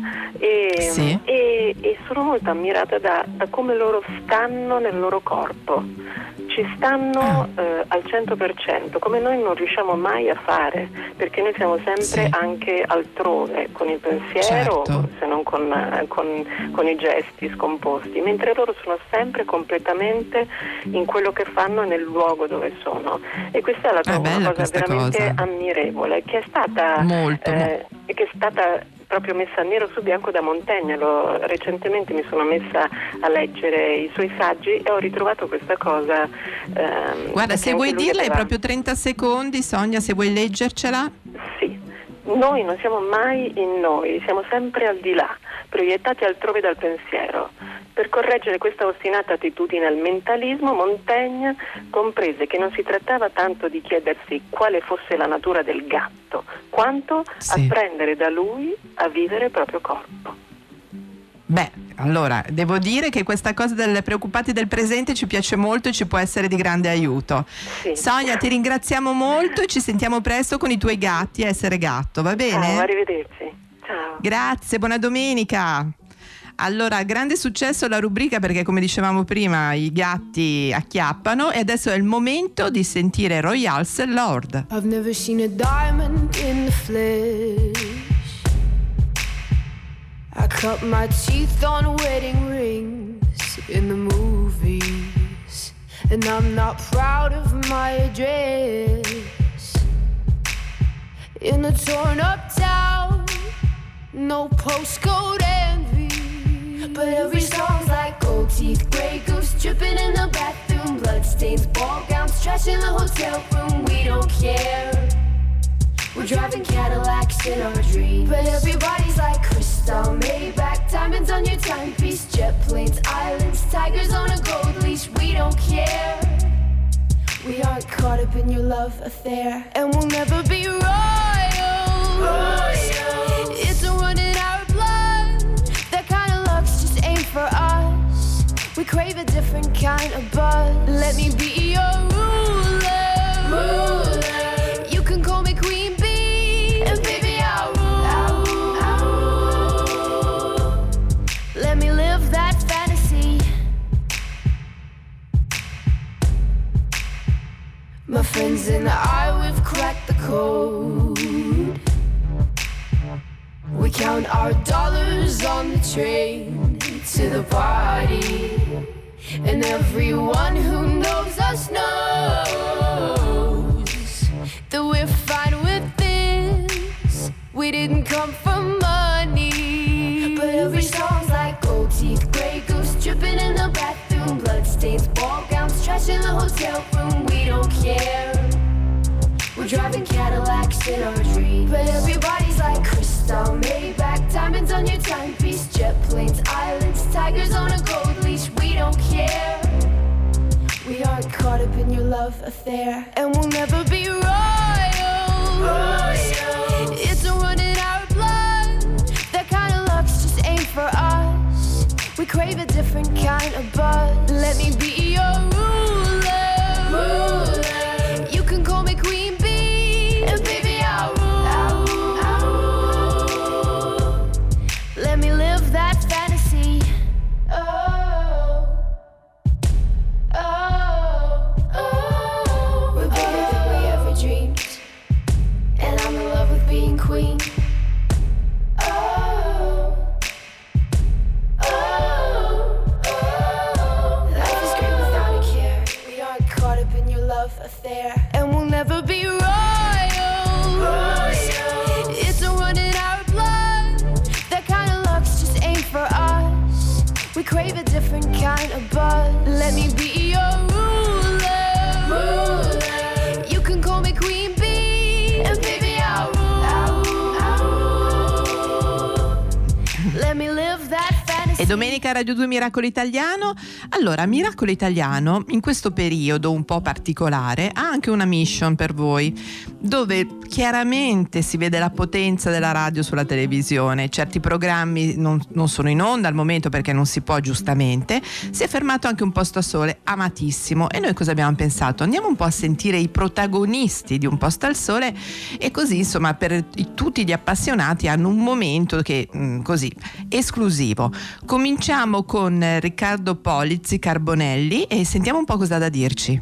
e sono molto ammirata da come loro stanno nel loro corpo, ci stanno al 100%, come noi non riusciamo mai a fare, perché noi siamo sempre anche altrove con il pensiero, se non con i gesti scomposti, mentre loro sono sempre completamente in quello che fanno e nel luogo dove sono, e questa è una cosa veramente ammirevole, che è stata proprio messa nero su bianco da Montaigne. Recentemente mi sono messa a leggere i suoi saggi e ho ritrovato questa cosa. Guarda, se vuoi dirla, è proprio 30 secondi, Sonia, se vuoi leggercela. Sì, noi non siamo mai in noi, siamo sempre al di là, proiettati altrove dal pensiero. Per correggere questa ostinata attitudine al mentalismo, Montaigne comprese che non si trattava tanto di chiedersi quale fosse la natura del gatto, quanto apprendere da lui a vivere il proprio corpo. Beh, allora, devo dire che questa cosa delle preoccupati del presente ci piace molto e ci può essere di grande aiuto. Sonia, ti ringraziamo molto e ci sentiamo presto con i tuoi gatti, essere gatto, va bene? Ciao, arrivederci. Ciao. Grazie, buona domenica. Allora, grande successo la rubrica, perché come dicevamo prima i gatti acchiappano, e adesso è il momento di sentire Royals Lord. I've never seen a diamond in the flesh. I cut my teeth on wedding rings in the movies, and I'm not proud of my address. In a torn up town, no postcode envy, but every song's like gold teeth, grey goose dripping in the bathroom, bloodstains, ball gowns, trash in the hotel room. We don't care, we're driving Cadillacs in our dreams, but everybody's like crystal, Maybach, diamonds on your timepiece, jet planes, islands, tigers on a gold leash. We don't care, we aren't caught up in your love affair, and we'll never be royals. It's a run in our blood, that kind of luck's just ain't for us. We crave a different kind of buzz. Let me be your ruler. You can call me Queen Bee, and baby I'll rule. Let me live that fantasy. My friends and I, we've cracked the code. We count our dollars on the train to the party, and everyone who knows us knows that we're fine with this. we didn't come from money. But every song's like gold teeth, Grey Goose dripping in the bathroom, bloodstains, ball gowns, trash in the hotel room. We don't care. We're driving Cadillacs in our dreams. But everybody's like crystal, Maybach, diamonds on your timepiece, jet planes, islands, tigers on a gold leash. We don't care. We aren't caught up in your love affair, and we'll never be royals. It's a run in our blood. That kind of luck's just ain't for us. We crave a different kind of buzz. Let me be your ruler. You can call me Queen Bee, and baby I'll rule. Let me live that fantasy. We're bigger than we ever dreamed, and I'm in love with being queen. Life is great without a care. We aren't caught up in your love affair, and we'll never be royals. It's a run in our blood. That kind of luck's just ain't for us. We crave a different kind of buzz. Let me be your ruler. You can call me Queen Bee, and baby I'll rule. Let me live that fantasy. E domenica Radio 2 Miracolo Italiano. Allora, Miracolo Italiano in questo periodo un po' particolare ha anche una mission per voi, dove chiaramente si vede la potenza della radio sulla televisione. Certi programmi non sono in onda al momento perché non si può, giustamente. Si è fermato anche Un Posto al Sole, amatissimo, e noi cosa abbiamo pensato? Andiamo un po' a sentire i protagonisti di Un Posto al Sole, e così insomma per tutti gli appassionati hanno un momento che così esclusivo. Cominciamo con Riccardo Polizzi Carbonelli e sentiamo un po' cosa ha da dirci.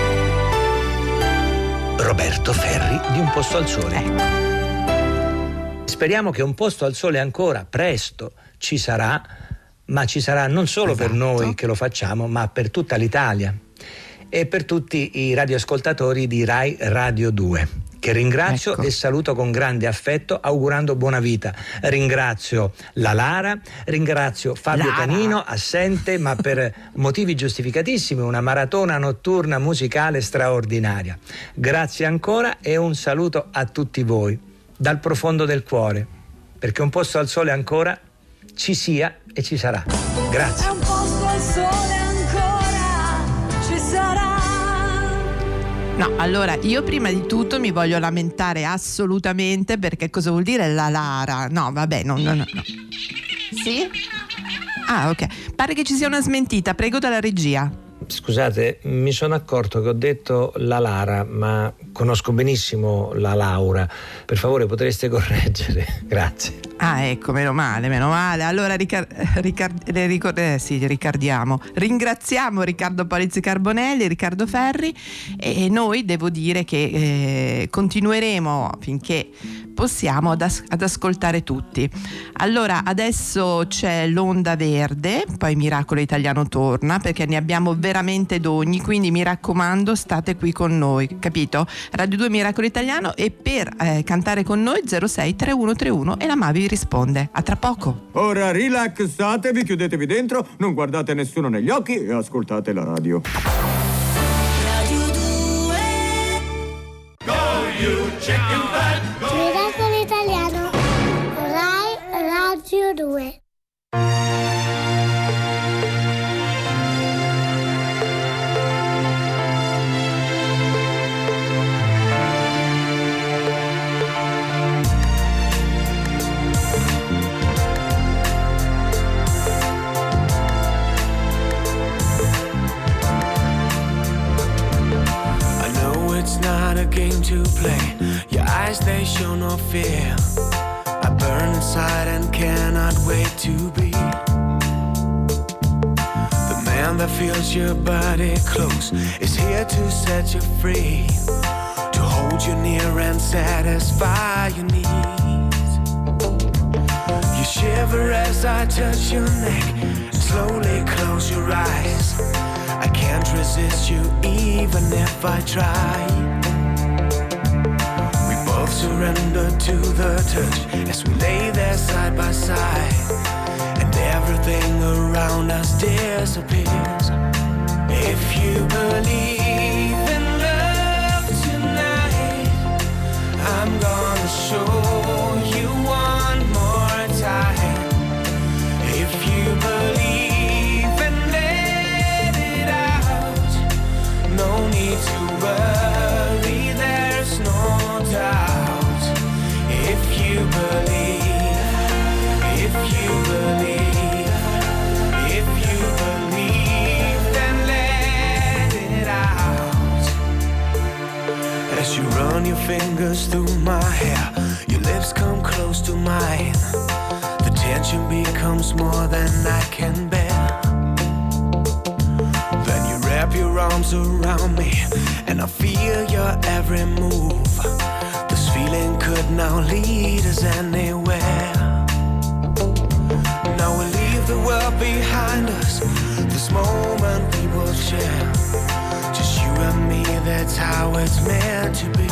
Roberto Ferri di Un Posto al Sole. Ecco. Speriamo che Un Posto al Sole ancora presto ci sarà, ma ci sarà non solo per noi che lo facciamo, ma per tutta l'Italia e per tutti i radioascoltatori di Rai Radio 2, che ringrazio e saluto con grande affetto, augurando buona vita. Ringrazio la Lara, ringrazio Fabio Canino, assente ma per motivi giustificatissimi, una maratona notturna musicale straordinaria. Grazie ancora e un saluto a tutti voi dal profondo del cuore, perché Un Posto al Sole ancora ci sia e ci sarà. Grazie. È un posto al sole ancora ci sarà. No, allora io prima di tutto mi voglio lamentare assolutamente, perché cosa vuol dire la Lara? No, vabbè, no. Sì? Ah, ok. Pare che ci sia una smentita, prego dalla regia. Scusate, mi sono accorto che ho detto la Lara, ma conosco benissimo la Laura. Per favore, potreste correggere? Grazie. Ah, ecco, meno male. Allora ricordiamo. Ringraziamo Riccardo Polizzi Carbonelli, Riccardo Ferri, e noi devo dire che continueremo finché possiamo ad ascoltare tutti. Allora, adesso c'è l'Onda Verde, poi Miracolo Italiano torna, perché ne abbiamo veramente d'ogni, quindi mi raccomando, state qui con noi, capito? Radio 2 Miracolo Italiano, e per cantare con noi 06 3131 e la Mavi risponde. A tra poco. Ora rilassatevi, chiudetevi dentro, non guardate nessuno negli occhi e ascoltate la radio. Miracolo Italiano, Rai Radio 2. It's not a game to play. Your eyes, they show no fear. I burn inside and cannot wait to be the man that feels your body close, is here to set you free, to hold you near and satisfy your needs. You shiver as I touch your neck, slowly close your eyes. I can't resist you even if I try. We both surrender to the touch as we lay there side by side, and everything around us disappears. If you believe in love tonight, I'm gonna show you one more time. If you believe and let it out, no need to worry, there's no doubt. If you believe, if you believe, if you believe, then let it out. As you run your fingers through my hair, your lips come close to mine. The tension becomes more than I can bear. Then you wrap your arms around me, and I feel your every move. This feeling could now lead us anywhere. Now we'll leave the world behind us, this moment we will share. Just you and me, that's how it's meant to be.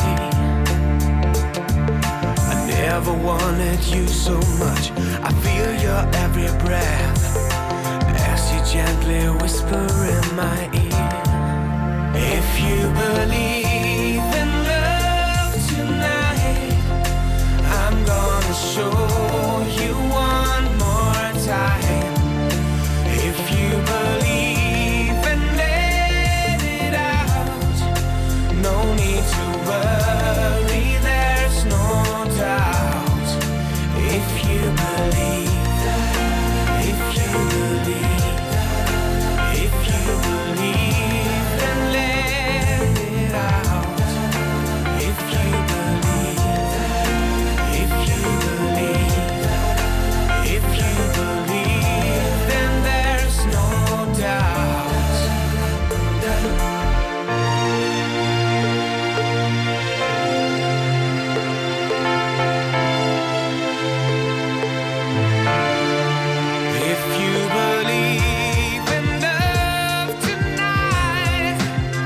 I never wanted you so much, I feel your every breath as you gently whisper in my ear. If you believe in love tonight, I'm gonna show you one more time. If you believe and let it out, no need to worry, there's no doubt. If you believe, if you believe, if you believe, then let it out. If you believe, if you believe, if you believe, then there's no doubt. If you believe in love tonight,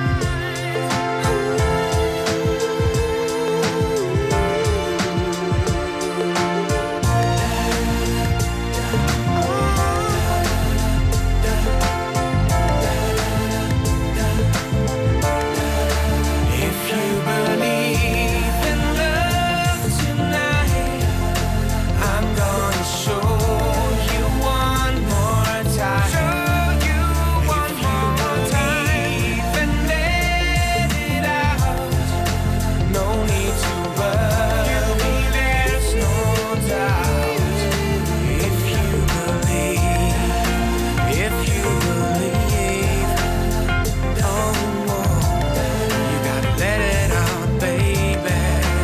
if you believe in love tonight, I'm gonna show you one more time. Show you one more time. And let it out. No need to worry, there's no doubt. If you believe, if you believe, oh, you gotta let it out, baby.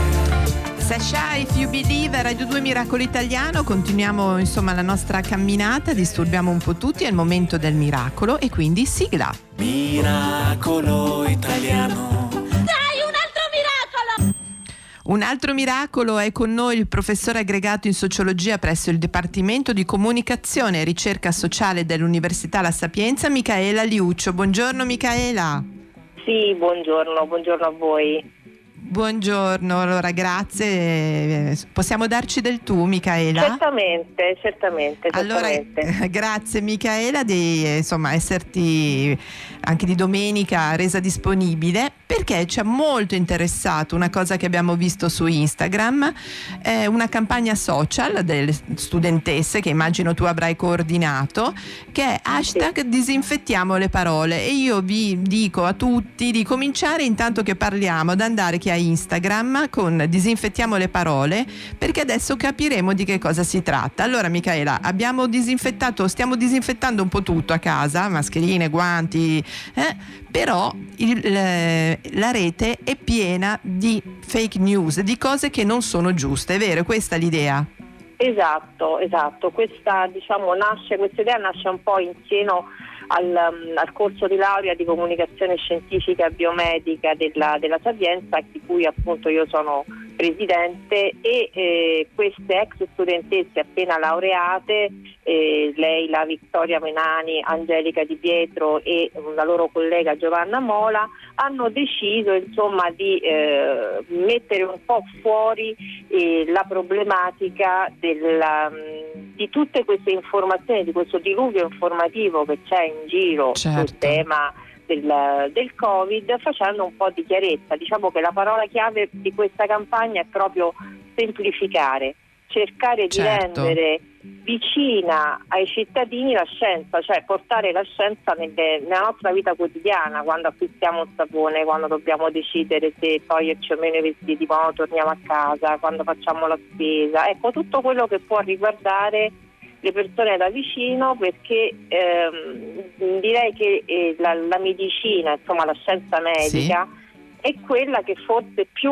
Sasha, If You Believe, Radio 2 Miracolo Italiano. Continuiamo insomma la nostra camminata, disturbiamo un po' tutti, è il momento del miracolo e quindi sigla. Miracolo italiano. Dai, un altro miracolo! Un altro miracolo, è con noi il professore aggregato in sociologia presso il Dipartimento di Comunicazione e Ricerca Sociale dell'Università La Sapienza, Micaela Liuccio. Buongiorno Micaela. Sì, buongiorno a voi. Buongiorno, allora grazie. Possiamo darci del tu, Micaela? Certamente. Allora, grazie Micaela di esserti anche di domenica resa disponibile, perché ci ha molto interessato una cosa che abbiamo visto su Instagram, una campagna social delle studentesse che immagino tu avrai coordinato, che è hashtag disinfettiamo le parole, e io vi dico a tutti di cominciare intanto che parliamo ad andare chi ha Instagram con disinfettiamo le parole, perché adesso capiremo di che cosa si tratta. Allora Micaela, stiamo disinfettando un po' tutto a casa, mascherine, guanti, però la rete è piena di fake news, di cose che non sono giuste, è vero? Questa è l'idea? Esatto. Questa idea nasce un po' in seno al corso di laurea di comunicazione scientifica e biomedica della Sapienza, di cui appunto io sono presidente, e queste ex studentesse appena laureate, lei, la Vittoria Menani, Angelica Di Pietro e la loro collega Giovanna Mola, hanno deciso insomma di mettere un po' fuori la problematica di tutte queste informazioni, di questo diluvio informativo che c'è in giro sul tema del Covid, facendo un po' di chiarezza. Diciamo che la parola chiave di questa campagna è proprio semplificare, cercare di rendere vicina ai cittadini la scienza, cioè portare la scienza nella nostra vita quotidiana, quando acquistiamo un sapone, quando dobbiamo decidere se toglierci o meno i vestiti quando torniamo a casa, quando facciamo la spesa, ecco, tutto quello che può riguardare le persone da vicino, perché direi che la medicina, insomma la scienza medica, è quella che forse più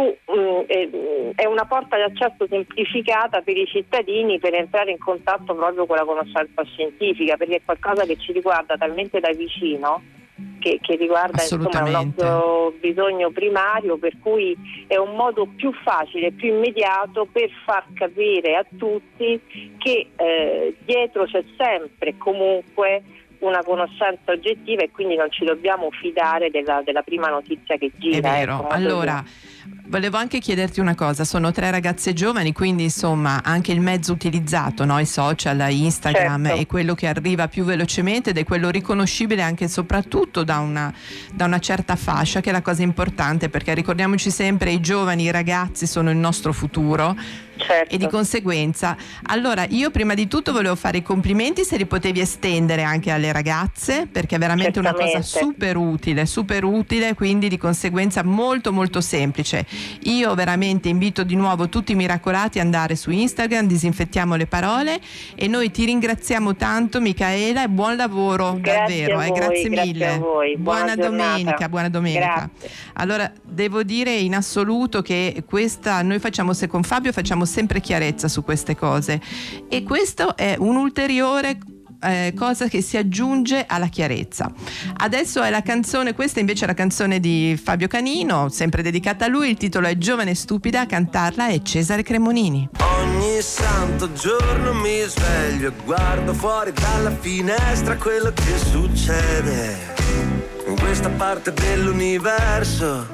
è una porta d'accesso semplificata per i cittadini per entrare in contatto proprio con la conoscenza scientifica, perché è qualcosa che ci riguarda talmente da vicino, che riguarda insomma il nostro bisogno primario, per cui è un modo più facile, più immediato per far capire a tutti che dietro c'è sempre comunque una conoscenza oggettiva, e quindi non ci dobbiamo fidare della prima notizia che gira. È vero. Allora, volevo anche chiederti una cosa: sono 3 ragazze giovani, quindi insomma anche il mezzo utilizzato, no? I social, Instagram, è quello che arriva più velocemente ed è quello riconoscibile anche e soprattutto da una certa fascia, che è la cosa importante, perché ricordiamoci sempre, i giovani, i ragazzi sono il nostro futuro. E di conseguenza, allora io prima di tutto volevo fare i complimenti, se li potevi estendere anche alle ragazze, perché è veramente una cosa super utile, quindi di conseguenza molto molto semplice. Io veramente invito di nuovo tutti i miracolati ad andare su Instagram, disinfettiamo le parole, e noi ti ringraziamo tanto, Micaela, e buon lavoro. Grazie davvero, a voi, grazie mille. a voi. Buona domenica. Grazie. Allora, devo dire in assoluto che noi con Fabio facciamo sempre chiarezza su queste cose, e questo è un ulteriore cosa che si aggiunge alla chiarezza. Adesso è la canzone, questa invece è la canzone di Fabio Canino, sempre dedicata a lui. Il titolo è Giovane e stupida, a cantarla è Cesare Cremonini. Ogni santo giorno mi sveglio e guardo fuori dalla finestra quello che succede in questa parte dell'universo.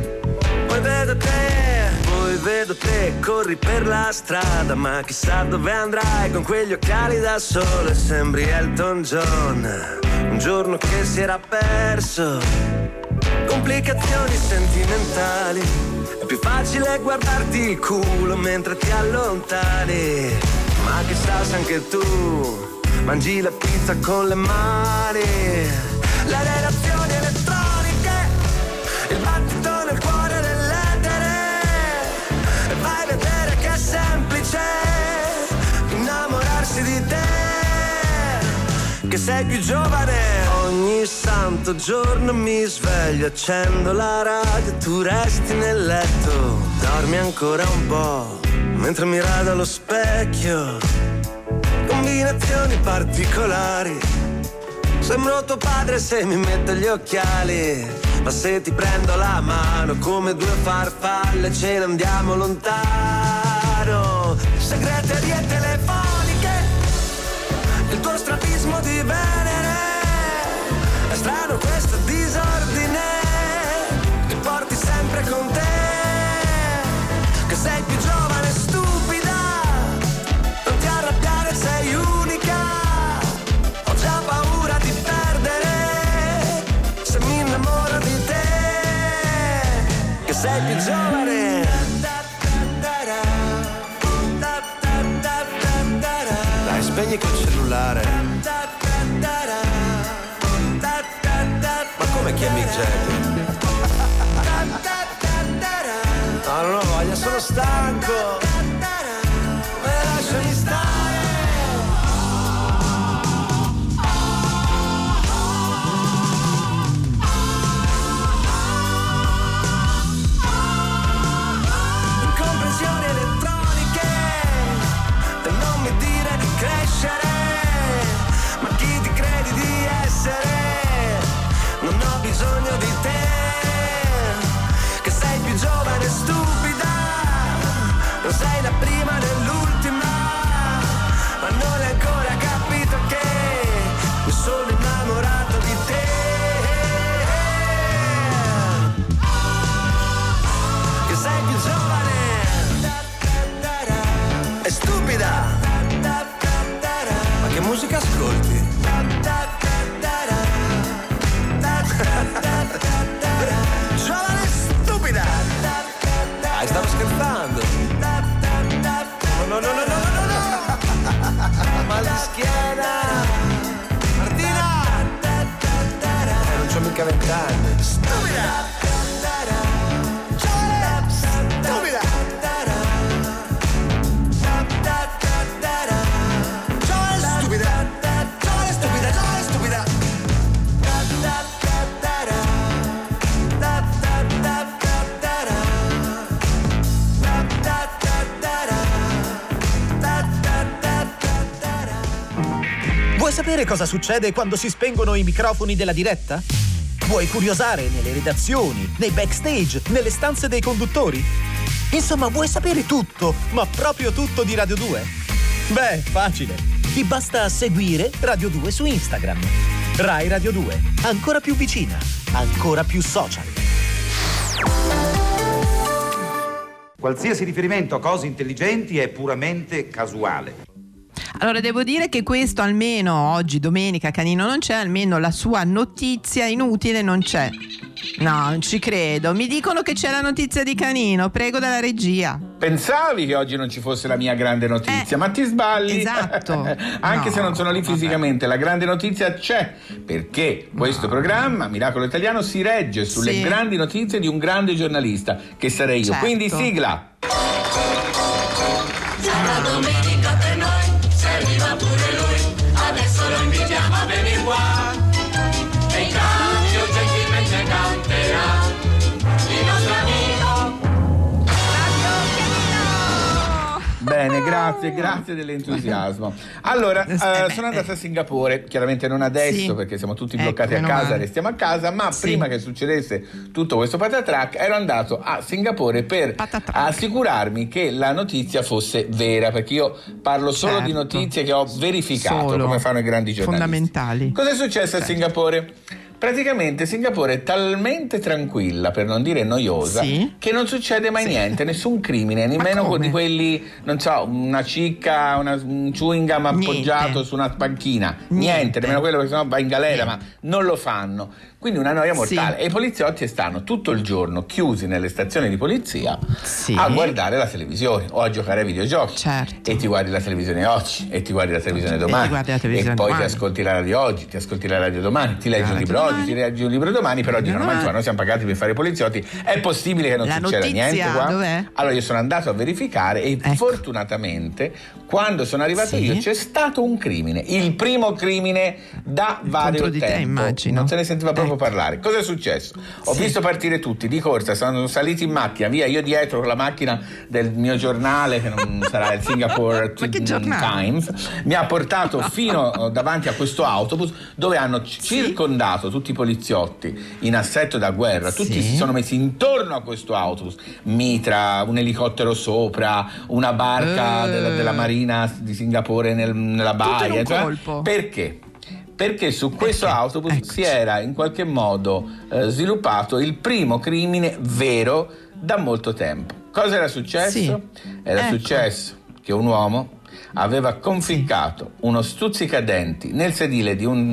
Poi vedo te, corri per la strada, ma chissà dove andrai con quegli occhiali da sole. Sembri Elton John, un giorno che si era perso. Complicazioni sentimentali, è più facile guardarti il culo mentre ti allontani. Ma chissà se anche tu mangi la pizza con le mani. Le relazioni elettroniche, il battito nel cuore dell'etere, e vai a vedere che è semplice innamorarsi di te, che sei più giovane. Ogni santo giorno mi sveglio, accendo la radio, tu resti nel letto, dormi ancora un po' mentre mi rado allo specchio. Combinazioni particolari, sembro tuo padre se mi metto gli occhiali, ma se ti prendo la mano come 2 farfalle ce ne andiamo lontano. Segreterie telefoniche, il tuo strabismo di Venere, è strano questo disordine, ti porti sempre con te, che sei più giovane e stupida, non ti arrabbiare, sei unica, ho già paura di perdere, se mi innamoro di te, che sei più giovane. Dai, spegni quel cellulare. Ma come chiami Jack? No, non ho voglia, sono stanco. Lasciami stare. Incomprensioni elettroniche, e non mi dire di crescere, ma chi ti credi di essere? Non ho bisogno di te, che sei più giovane e stupida, non sei la prima né l'ultima, ma non hai ancora capito che mi sono innamorato di te. Che sei più giovane e stupida. Ma che musica ascolti? Giovane e stupida. Dai, stavo scherzando. No. Mal di schiena. Martina. Non c'ho mica 20 anni. Stupida. Giovane. Stupida. Vuoi sapere cosa succede quando si spengono i microfoni della diretta? Vuoi curiosare nelle redazioni, nei backstage, nelle stanze dei conduttori? Insomma, vuoi sapere tutto, ma proprio tutto di Radio 2? Beh, facile. Ti basta seguire Radio 2 su Instagram. Rai Radio 2, ancora più vicina, ancora più social. Qualsiasi riferimento a cose intelligenti è puramente casuale. Allora devo dire che questo almeno oggi domenica Canino non c'è, almeno la sua notizia inutile non c'è. No, non ci credo. Mi dicono che c'è la notizia di Canino, prego dalla regia. Pensavi che oggi non ci fosse la mia grande notizia, ma ti sbagli. Esatto. Anche se non sono lì fisicamente, la grande notizia c'è, perché questo programma, Miracolo Italiano, si regge sulle grandi notizie di un grande giornalista, che sarei io. Certo. Quindi sigla. La domenica per noi, se arriva pure lui, adesso lo invitiamo a venire qua. E il cambio gentilmente canterà il nostro amico Bene, grazie dell'entusiasmo. Allora, sono andata a Singapore, chiaramente non adesso perché siamo tutti bloccati a casa, restiamo a casa, ma prima che succedesse tutto questo patatrac ero andato a Singapore per assicurarmi che la notizia fosse vera, perché io parlo solo di notizie che ho verificato, come fanno i grandi giornalisti. Fondamentali. Cosa è successo a Singapore? Praticamente Singapore è talmente tranquilla, per non dire noiosa, che non succede mai niente, nessun crimine, nemmeno di quelli, non so, una cicca, un chewing gum appoggiato su una panchina, niente, nemmeno quello, perché sennò va in galera, ma non lo fanno. Quindi una noia mortale. E i poliziotti stanno tutto il giorno chiusi nelle stazioni di polizia a guardare la televisione o a giocare ai videogiochi. E ti guardi la televisione oggi, e ti guardi la televisione domani, e poi ti ascolti la radio oggi, ti ascolti la radio domani, ti leggi un libro oggi, ti leggi un libro domani, però dicono ma insomma noi siamo pagati per fare i poliziotti, è possibile che non succeda niente qua? Dov'è? Allora io sono andato a verificare e fortunatamente quando sono arrivato io c'è stato un crimine, il primo crimine da vario tempo. Immagino. Non se ne sentiva proprio parlare. Cosa è successo? Ho visto partire tutti di corsa, sono saliti in macchina, via, io dietro con la macchina del mio giornale, che non sarà il Singapore Times, mi ha portato fino davanti a questo autobus dove hanno circondato tutti i poliziotti in assetto da guerra, tutti si sono messi intorno a questo autobus, mitra, un elicottero sopra, una barca della marina di Singapore nella baia, perché? Perché su questo autobus si era in qualche modo sviluppato il primo crimine vero da molto tempo. Cosa era successo? Era successo che un uomo aveva conficcato uno stuzzicadenti nel sedile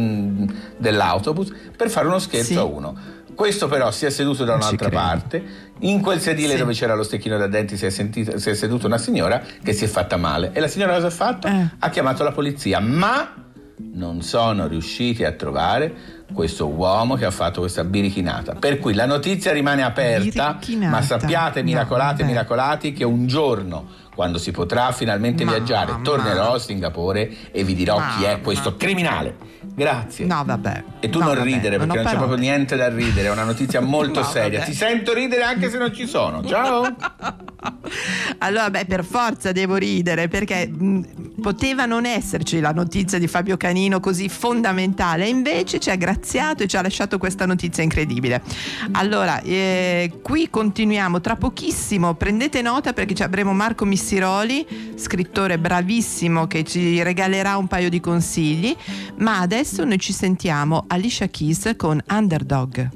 dell'autobus per fare uno scherzo a uno. Questo però si è seduto da un'altra parte, in quel sedile dove c'era lo stecchino da denti si è seduta una signora che si è fatta male. E la signora cosa ha fatto? Ha chiamato la polizia, ma non sono riusciti a trovare questo uomo che ha fatto questa birichinata, per cui la notizia rimane aperta, ma sappiate, miracolati, che un giorno, quando si potrà finalmente viaggiare, tornerò a Singapore e vi dirò chi è questo criminale. Grazie. No, vabbè. E tu non ridere, perché non c'è proprio niente da ridere, è una notizia molto seria. Ti sento ridere anche se non ci sono. Ciao. Allora, per forza devo ridere, perché poteva non esserci la notizia di Fabio Canino così fondamentale, e invece ci ha graziato e ci ha lasciato questa notizia incredibile. Allora, qui continuiamo tra pochissimo, prendete nota perché ci avremo Marco Missiroli, scrittore bravissimo, che ci regalerà un paio di consigli, ma adesso noi ci sentiamo Alicia Keys con Underdog.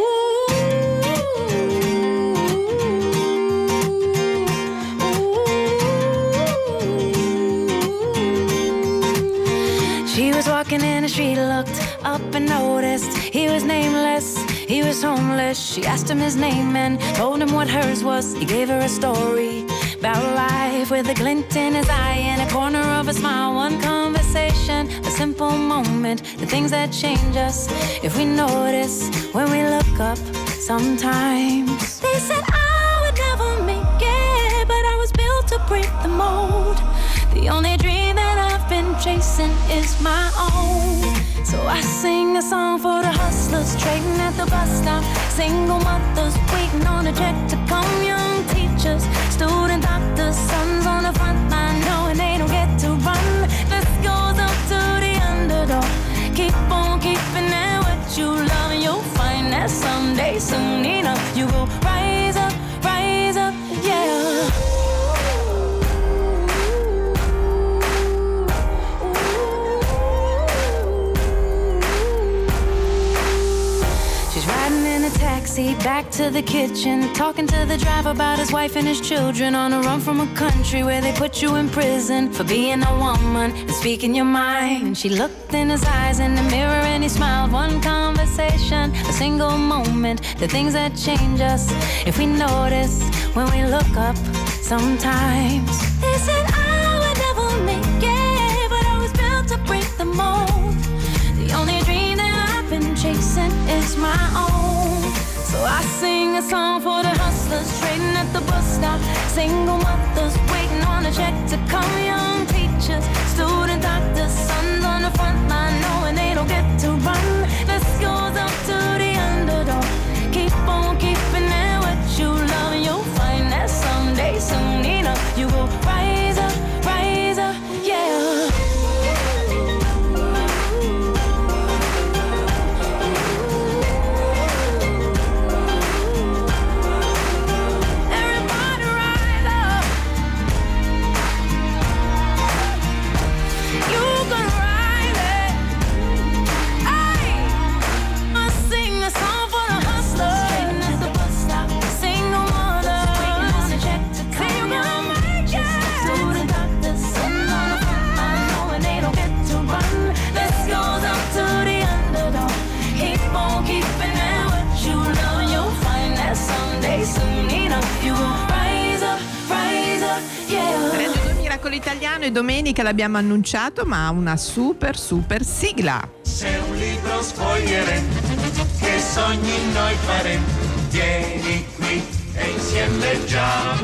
She was walking in the street, looked up and noticed he was nameless, he was homeless. She asked him his name and told him what hers was. He gave her a story about life with a glint in his eye and a corner of a smile. One conversation, a simple moment, the things that change us if we notice when we look up sometimes. They said I would never make it, but I was built to break the mold. The only dream that I've been chasing is my own. So I sing a song for the hustlers trading at the bus stop, single mothers waiting on a check to come, young teachers, student doctors, sons on the front line knowing they don't get to run. This goes up to the underdog. Keep on keeping at what you love, and you'll find that someday, soon enough, you will rise up, yeah. Taxi back to the kitchen, talking to the driver about his wife and his children, on a run from a country where they put you in prison for being a woman and speaking your mind. And she looked in his eyes in the mirror and he smiled. One conversation, a single moment, the things that change us if we notice when we look up sometimes. They said I would never make it, but I was built to break the mold. The only dream that I've been chasing is my own. So I sing a song for the hustlers trading at the bus stop, single mothers waiting on a check to come, young teachers, student doctors, sons on the front line knowing they don't get to run. This goes up to the underdog. Keep on keeping at what you love, and you'll find that someday, soon enough, you will rise up, yeah. Italiano, e domenica l'abbiamo annunciato, ma ha una super sigla. Se un libro sfoglieremo, che sogni noi faremo, vieni qui e insieme leggiamo.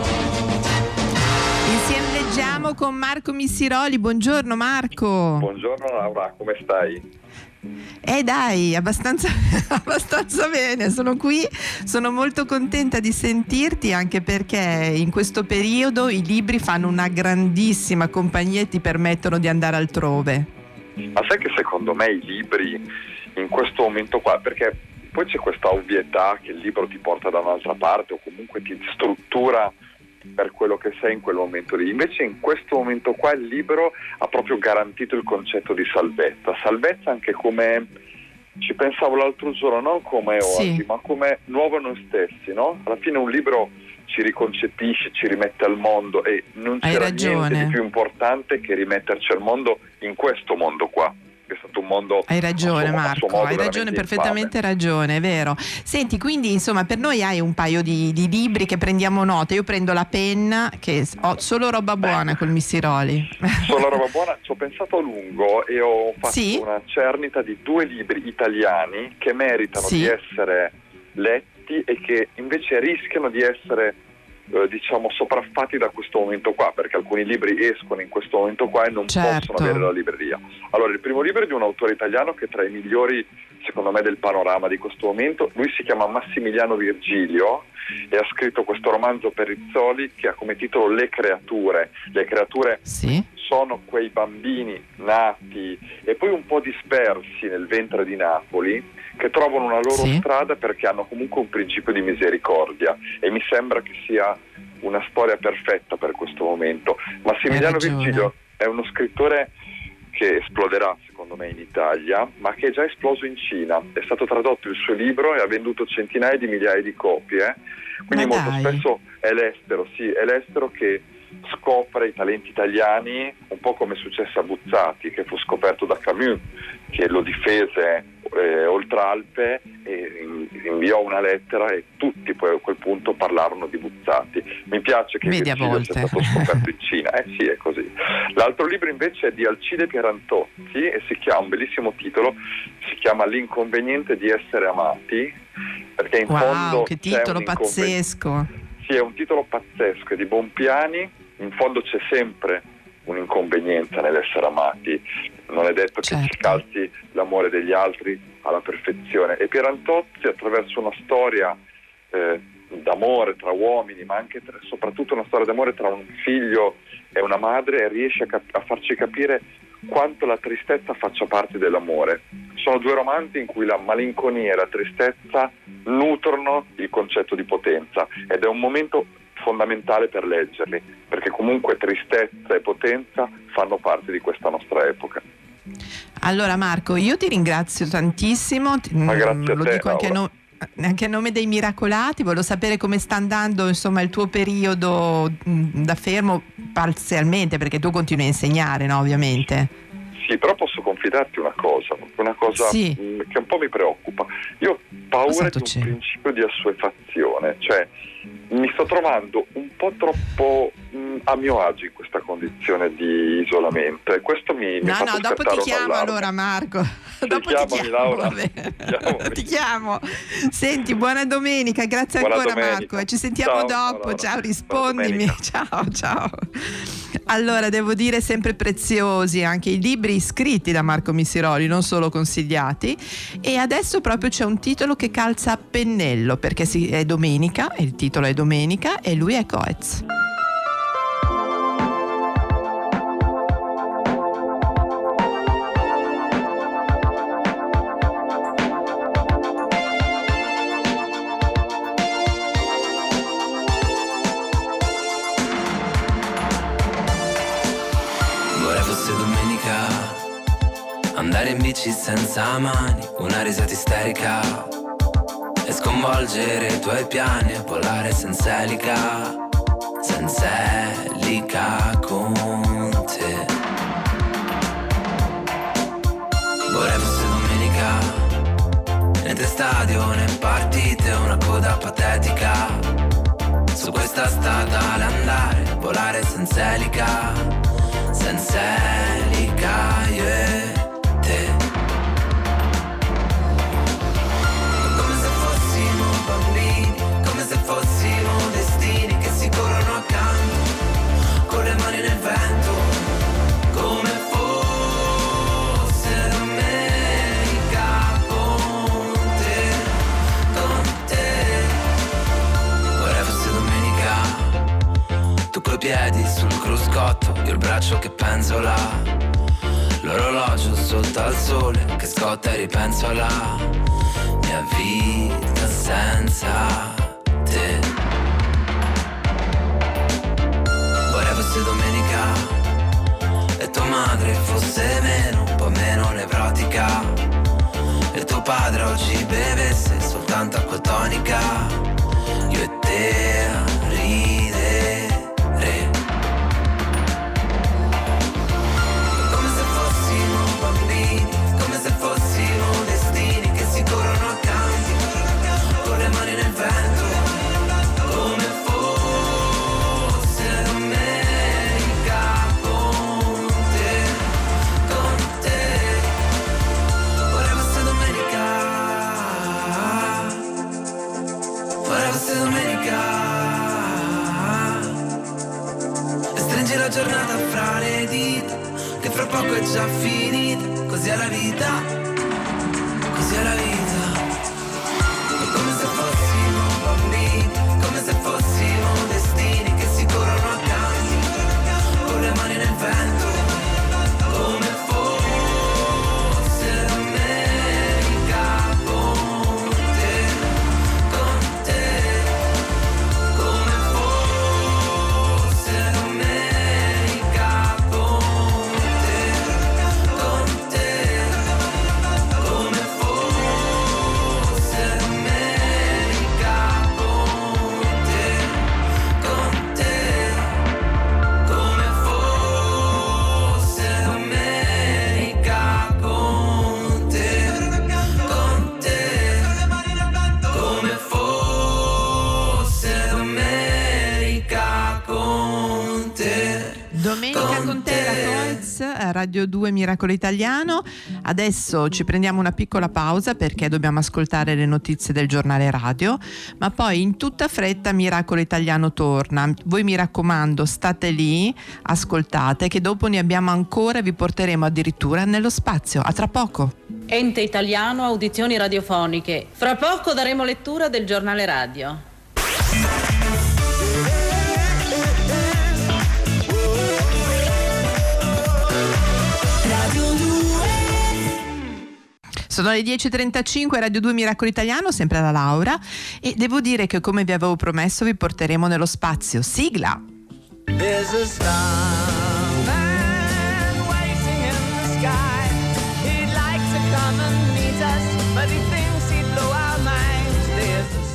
Insieme leggiamo con Marco Missiroli. Buongiorno Marco. Buongiorno Laura, come stai? Dai, abbastanza bene, sono qui, sono molto contenta di sentirti, anche perché in questo periodo i libri fanno una grandissima compagnia e ti permettono di andare altrove. Ma sai che secondo me i libri in questo momento qua, perché poi c'è questa ovvietà che il libro ti porta da un'altra parte o comunque ti struttura per quello che sei in quel momento lì. Invece in questo momento qua il libro ha proprio garantito il concetto di salvezza anche come ci pensavo l'altro giorno, non come oggi, ma come nuovo noi stessi, no? Alla fine un libro ci riconcepisce, ci rimette al mondo, e non c'era niente di più importante che rimetterci al mondo in questo mondo qua. È stato un mondo. Hai ragione Marco, hai ragione, perfettamente ragione, è vero. Senti, quindi insomma per noi hai un paio di libri che prendiamo nota. Io prendo la penna, che ho solo roba buona col Missiroli. Solo roba buona, ci ho pensato a lungo e ho fatto una cernita di 2 libri italiani che meritano di essere letti e che invece rischiano di essere diciamo sopraffatti da questo momento qua, perché alcuni libri escono in questo momento qua e non possono avere la libreria. Allora, il primo libro è di un autore italiano che tra i migliori secondo me, del panorama di questo momento. Lui si chiama Massimiliano Virgilio e ha scritto questo romanzo per Rizzoli che ha come titolo Le creature. Le creature sono quei bambini nati e poi un po' dispersi nel ventre di Napoli, che trovano una loro strada perché hanno comunque un principio di misericordia, e mi sembra che sia una storia perfetta per questo momento. Massimiliano Virgilio è uno scrittore che esploderà secondo me in Italia, ma che è già esploso in Cina. È stato tradotto il suo libro e ha venduto centinaia di migliaia di copie, quindi molto spesso è l'estero che scopre i talenti italiani, un po' come è successo a Buzzati, che fu scoperto da Camus, che lo difese oltre Alpe e inviò una lettera, e tutti poi a quel punto parlarono di Buzzati. Mi piace che Virgilio sia stato scoperto in Cina. Sì, è così. L'altro libro invece è di Alcide Pierantozzi e si chiama, un bellissimo titolo, si chiama L'inconveniente di essere amati, perché in fondo che titolo pazzesco. Sì, è un titolo pazzesco, è di Bompiani. In fondo c'è sempre un'inconvenienza nell'essere amati, non è detto che ci calzi l'amore degli altri alla perfezione, e Pierantozzi, attraverso una storia d'amore tra uomini, ma anche soprattutto una storia d'amore tra un figlio e una madre, riesce a farci capire quanto la tristezza faccia parte dell'amore. Sono due romanzi in cui la malinconia e la tristezza nutrono il concetto di potenza, ed è un momento fondamentale per leggerli, perché comunque tristezza e potenza fanno parte di questa nostra epoca. Allora Marco, io ti ringrazio tantissimo, lo dico anche a nome dei Miracolati. Volevo sapere come sta andando, insomma, il tuo periodo da fermo, parzialmente, perché tu continui a insegnare, no, ovviamente. Sì, però posso confidarti una cosa che un po' mi preoccupa. Io ho paura di un principio di assuefazione, cioè mi sto trovando un po' troppo a mio agio in questa condizione di isolamento, e questo mi fa dopo ti chiamo allora Marco. Dopo ti chiamo, Laura. Ti chiamo. Senti, buona domenica, grazie ancora Marco, e ci sentiamo dopo. Ciao, rispondimi. Ciao. Allora, devo dire, sempre preziosi anche i libri scritti da Marco Missiroli, non solo consigliati, e adesso proprio c'è un titolo che calza a pennello, perché è domenica, il titolo è Domenica e lui è Coez. Andare in bici senza mani, una risata isterica, e sconvolgere i tuoi piani, e volare senza elica con te. Vorrei fosse domenica, niente stadio né partite, una coda patetica, su questa strada l'andare, volare senza elica, io e te. Come se fossimo bambini, come se fossimo destini che si corrono accanto, con le mani nel vento, come fosse domenica con te. Vorrei fosse domenica, tu coi piedi sul cruscotto, io il braccio che penzola, l'orologio sotto al sole che scotta, e ripenso alla mia vita senza te. Vorrei fosse domenica e tua madre fosse un po' meno nevrotica, e tuo padre oggi bevesse soltanto acqua tonica, io e te a ridere. Come se fossimo destini che si corrono accanto, con le mani nel vento, come fosse domenica con te. Vorrei fosse domenica, e stringi la giornata fra le dita, che fra poco è già finita. Così è la vita, così davanti alla vita. È come se fossimo bambini, come se fossimo destini che si corrono accanto, con le mani nel vento, come fosse l'America con te, come fosse l'America con te, come fosse l'America con te, come fosse l'America con te, come fosse l'America con te. Domenica con te, la Toys, a Radio 2 Miracolo Italiano. Adesso ci prendiamo una piccola pausa perché dobbiamo ascoltare le notizie del giornale radio, ma poi in tutta fretta Miracolo Italiano torna. Voi mi raccomando, state lì, ascoltate, che dopo ne abbiamo ancora, vi porteremo addirittura nello spazio. A tra poco. Ente Italiano Audizioni Radiofoniche. Fra poco daremo lettura del giornale radio. Sono le 10.35, Radio 2 Miracolo Italiano, sempre la Laura, e devo dire che, come vi avevo promesso, vi porteremo nello spazio. Sigla! There's a starman waiting in the sky. He'd like to come and meet us, but he thinks he'd blow our minds. There's a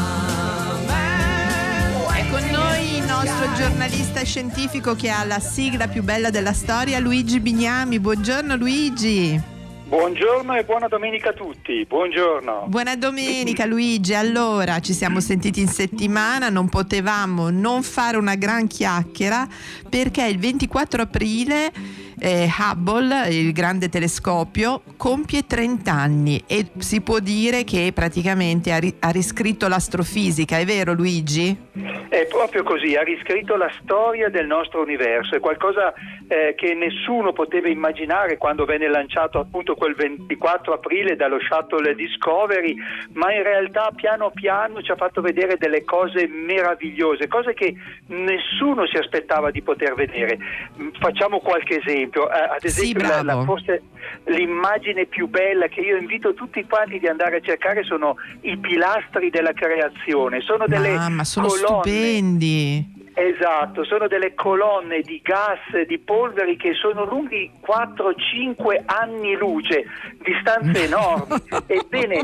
starman. È con noi il nostro giornalista scientifico che ha la sigla più bella della storia, Luigi Bignami. Buongiorno Luigi. Buongiorno e buona domenica a tutti, buongiorno. Buona domenica Luigi, allora ci siamo sentiti in settimana, non potevamo non fare una gran chiacchiera perché il 24 aprile Hubble, il grande telescopio, compie 30 anni e si può dire che praticamente ha riscritto l'astrofisica, è vero Luigi? È proprio così, ha riscritto la storia del nostro universo, è qualcosa che nessuno poteva immaginare quando venne lanciato appunto quel 24 aprile dallo shuttle Discovery, ma in realtà piano piano ci ha fatto vedere delle cose meravigliose, cose che nessuno si aspettava di poter vedere. Facciamo qualche esempio, ad esempio sì, forse l'immagine più bella che io invito tutti quanti di andare a cercare sono i pilastri della creazione, sono delle sono colonne stupendi. Esatto, sono delle colonne di gas, di polveri che sono lunghi 4-5 anni luce, distanze enormi. Ebbene,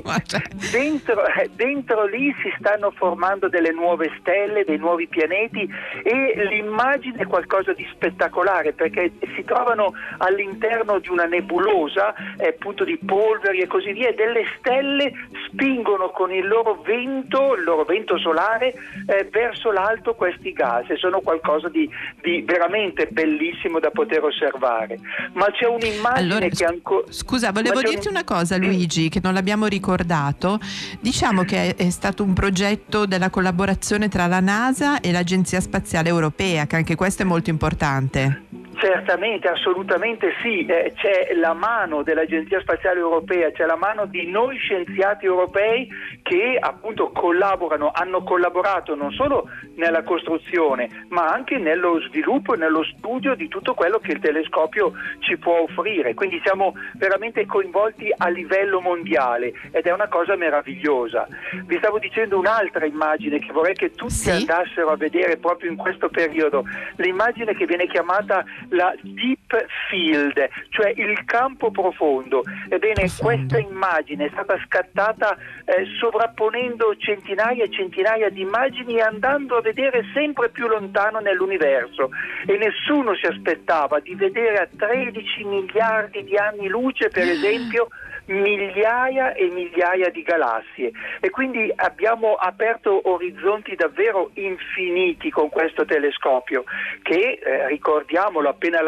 dentro lì si stanno formando delle nuove stelle, dei nuovi pianeti e l'immagine è qualcosa di spettacolare perché si trovano all'interno di una nebulosa, appunto di polveri e così via, e delle stelle spingono con il loro vento solare verso l'alto questi gas. Sono qualcosa di veramente bellissimo da poter osservare, ma c'è un'immagine che ancora... Scusa, volevo dirti una cosa Luigi, che non l'abbiamo ricordato. Diciamo che è stato un progetto della collaborazione tra la NASA e l'Agenzia Spaziale Europea, che anche questo è molto importante. Certamente, assolutamente sì, c'è la mano dell'Agenzia Spaziale Europea, c'è la mano di noi scienziati europei che appunto hanno collaborato non solo nella costruzione ma anche nello sviluppo e nello studio di tutto quello che il telescopio ci può offrire, quindi siamo veramente coinvolti a livello mondiale ed è una cosa meravigliosa. Vi stavo dicendo un'altra immagine che vorrei che tutti andassero a vedere proprio in questo periodo, l'immagine che viene chiamata la Deep Field, cioè il campo profondo. Ebbene, questa immagine è stata scattata sovrapponendo centinaia e centinaia di immagini e andando a vedere sempre più lontano nell'universo, e nessuno si aspettava di vedere a 13 miliardi di anni luce, per esempio, migliaia e migliaia di galassie, e quindi abbiamo aperto orizzonti davvero infiniti con questo telescopio che, ricordiamolo, appena lanciato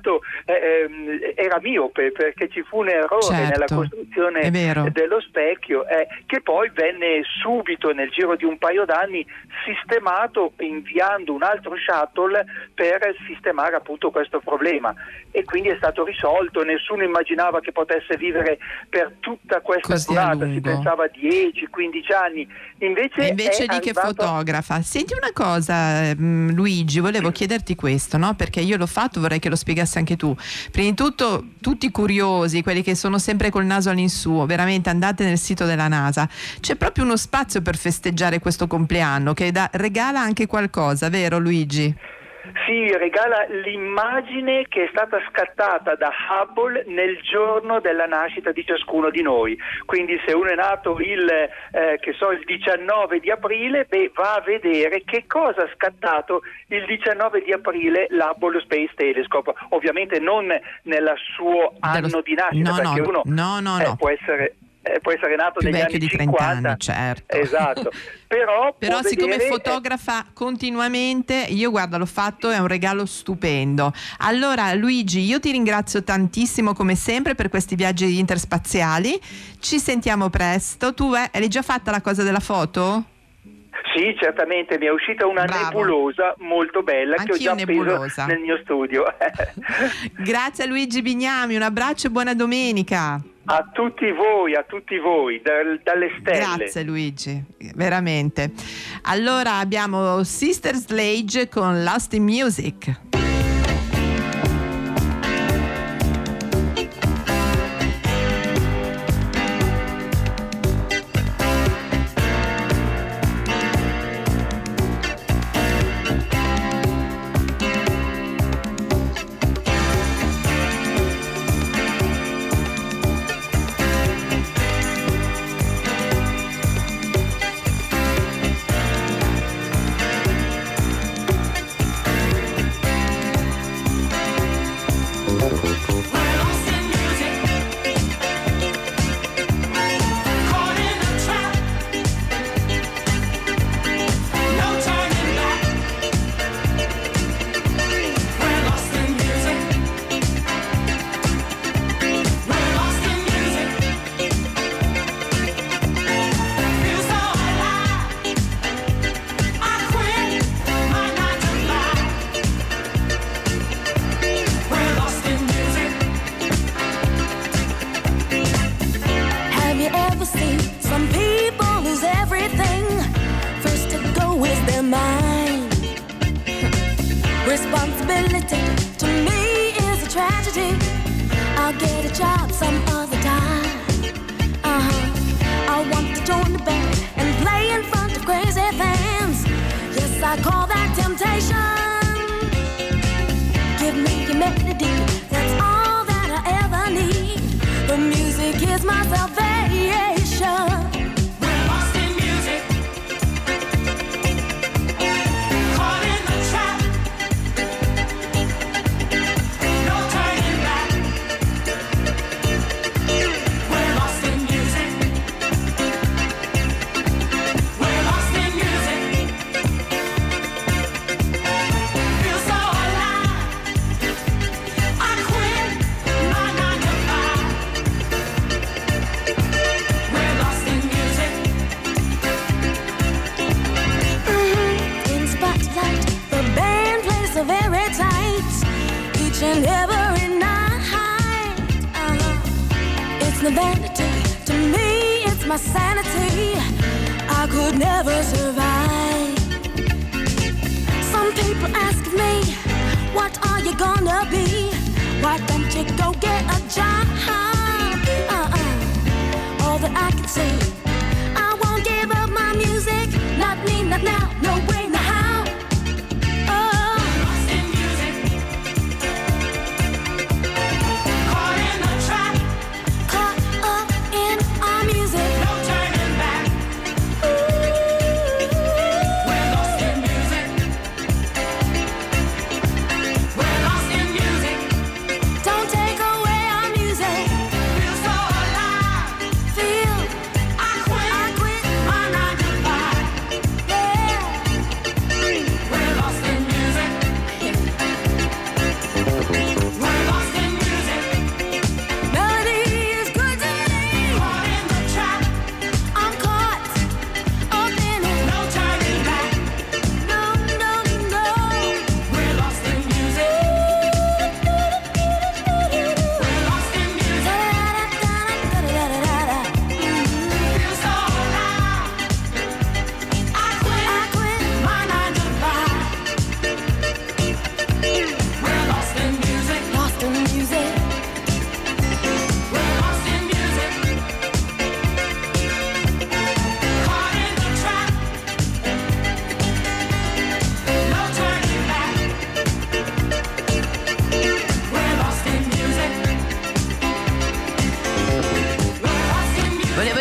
stato era miope, perché ci fu un errore nella costruzione dello specchio che poi venne subito nel giro di un paio d'anni sistemato, inviando un altro shuttle per sistemare appunto questo problema, e quindi è stato risolto. Nessuno immaginava che potesse vivere per tutta questa durata, si pensava 10-15 anni, invece lì che fotografa. Senti una cosa, Luigi, volevo chiederti questo, no? Perché io l'ho fatto, vorrei che lo spiegassi anche tu. Prima di tutto, tutti curiosi, quelli che sono sempre col naso all'insù, veramente andate nel sito della NASA, c'è proprio uno spazio per festeggiare questo compleanno che regala anche qualcosa, vero Luigi? Sì, regala l'immagine che è stata scattata da Hubble nel giorno della nascita di ciascuno di noi. Quindi se uno è nato il 19 di aprile, va a vedere che cosa ha scattato il 19 di aprile l'Hubble Space Telescope. Ovviamente non nel suo anno di nascita, perché uno può essere nato più negli vecchio anni di 30 50, anni, certo. Esatto. Però siccome fotografa continuamente, io guarda, l'ho fatto, è un regalo stupendo. Allora Luigi, io ti ringrazio tantissimo come sempre per questi viaggi interspaziali, ci sentiamo presto. Tu hai già fatta la cosa della foto? Sì, certamente, mi è uscita una nebulosa molto bella. Anch'io che ho già appeso nel mio studio. Grazie a Luigi Bignami, un abbraccio e buona domenica. A tutti voi, dalle stelle. Grazie Luigi, veramente. Allora abbiamo Sister Sledge con Lost in Music. Don't take away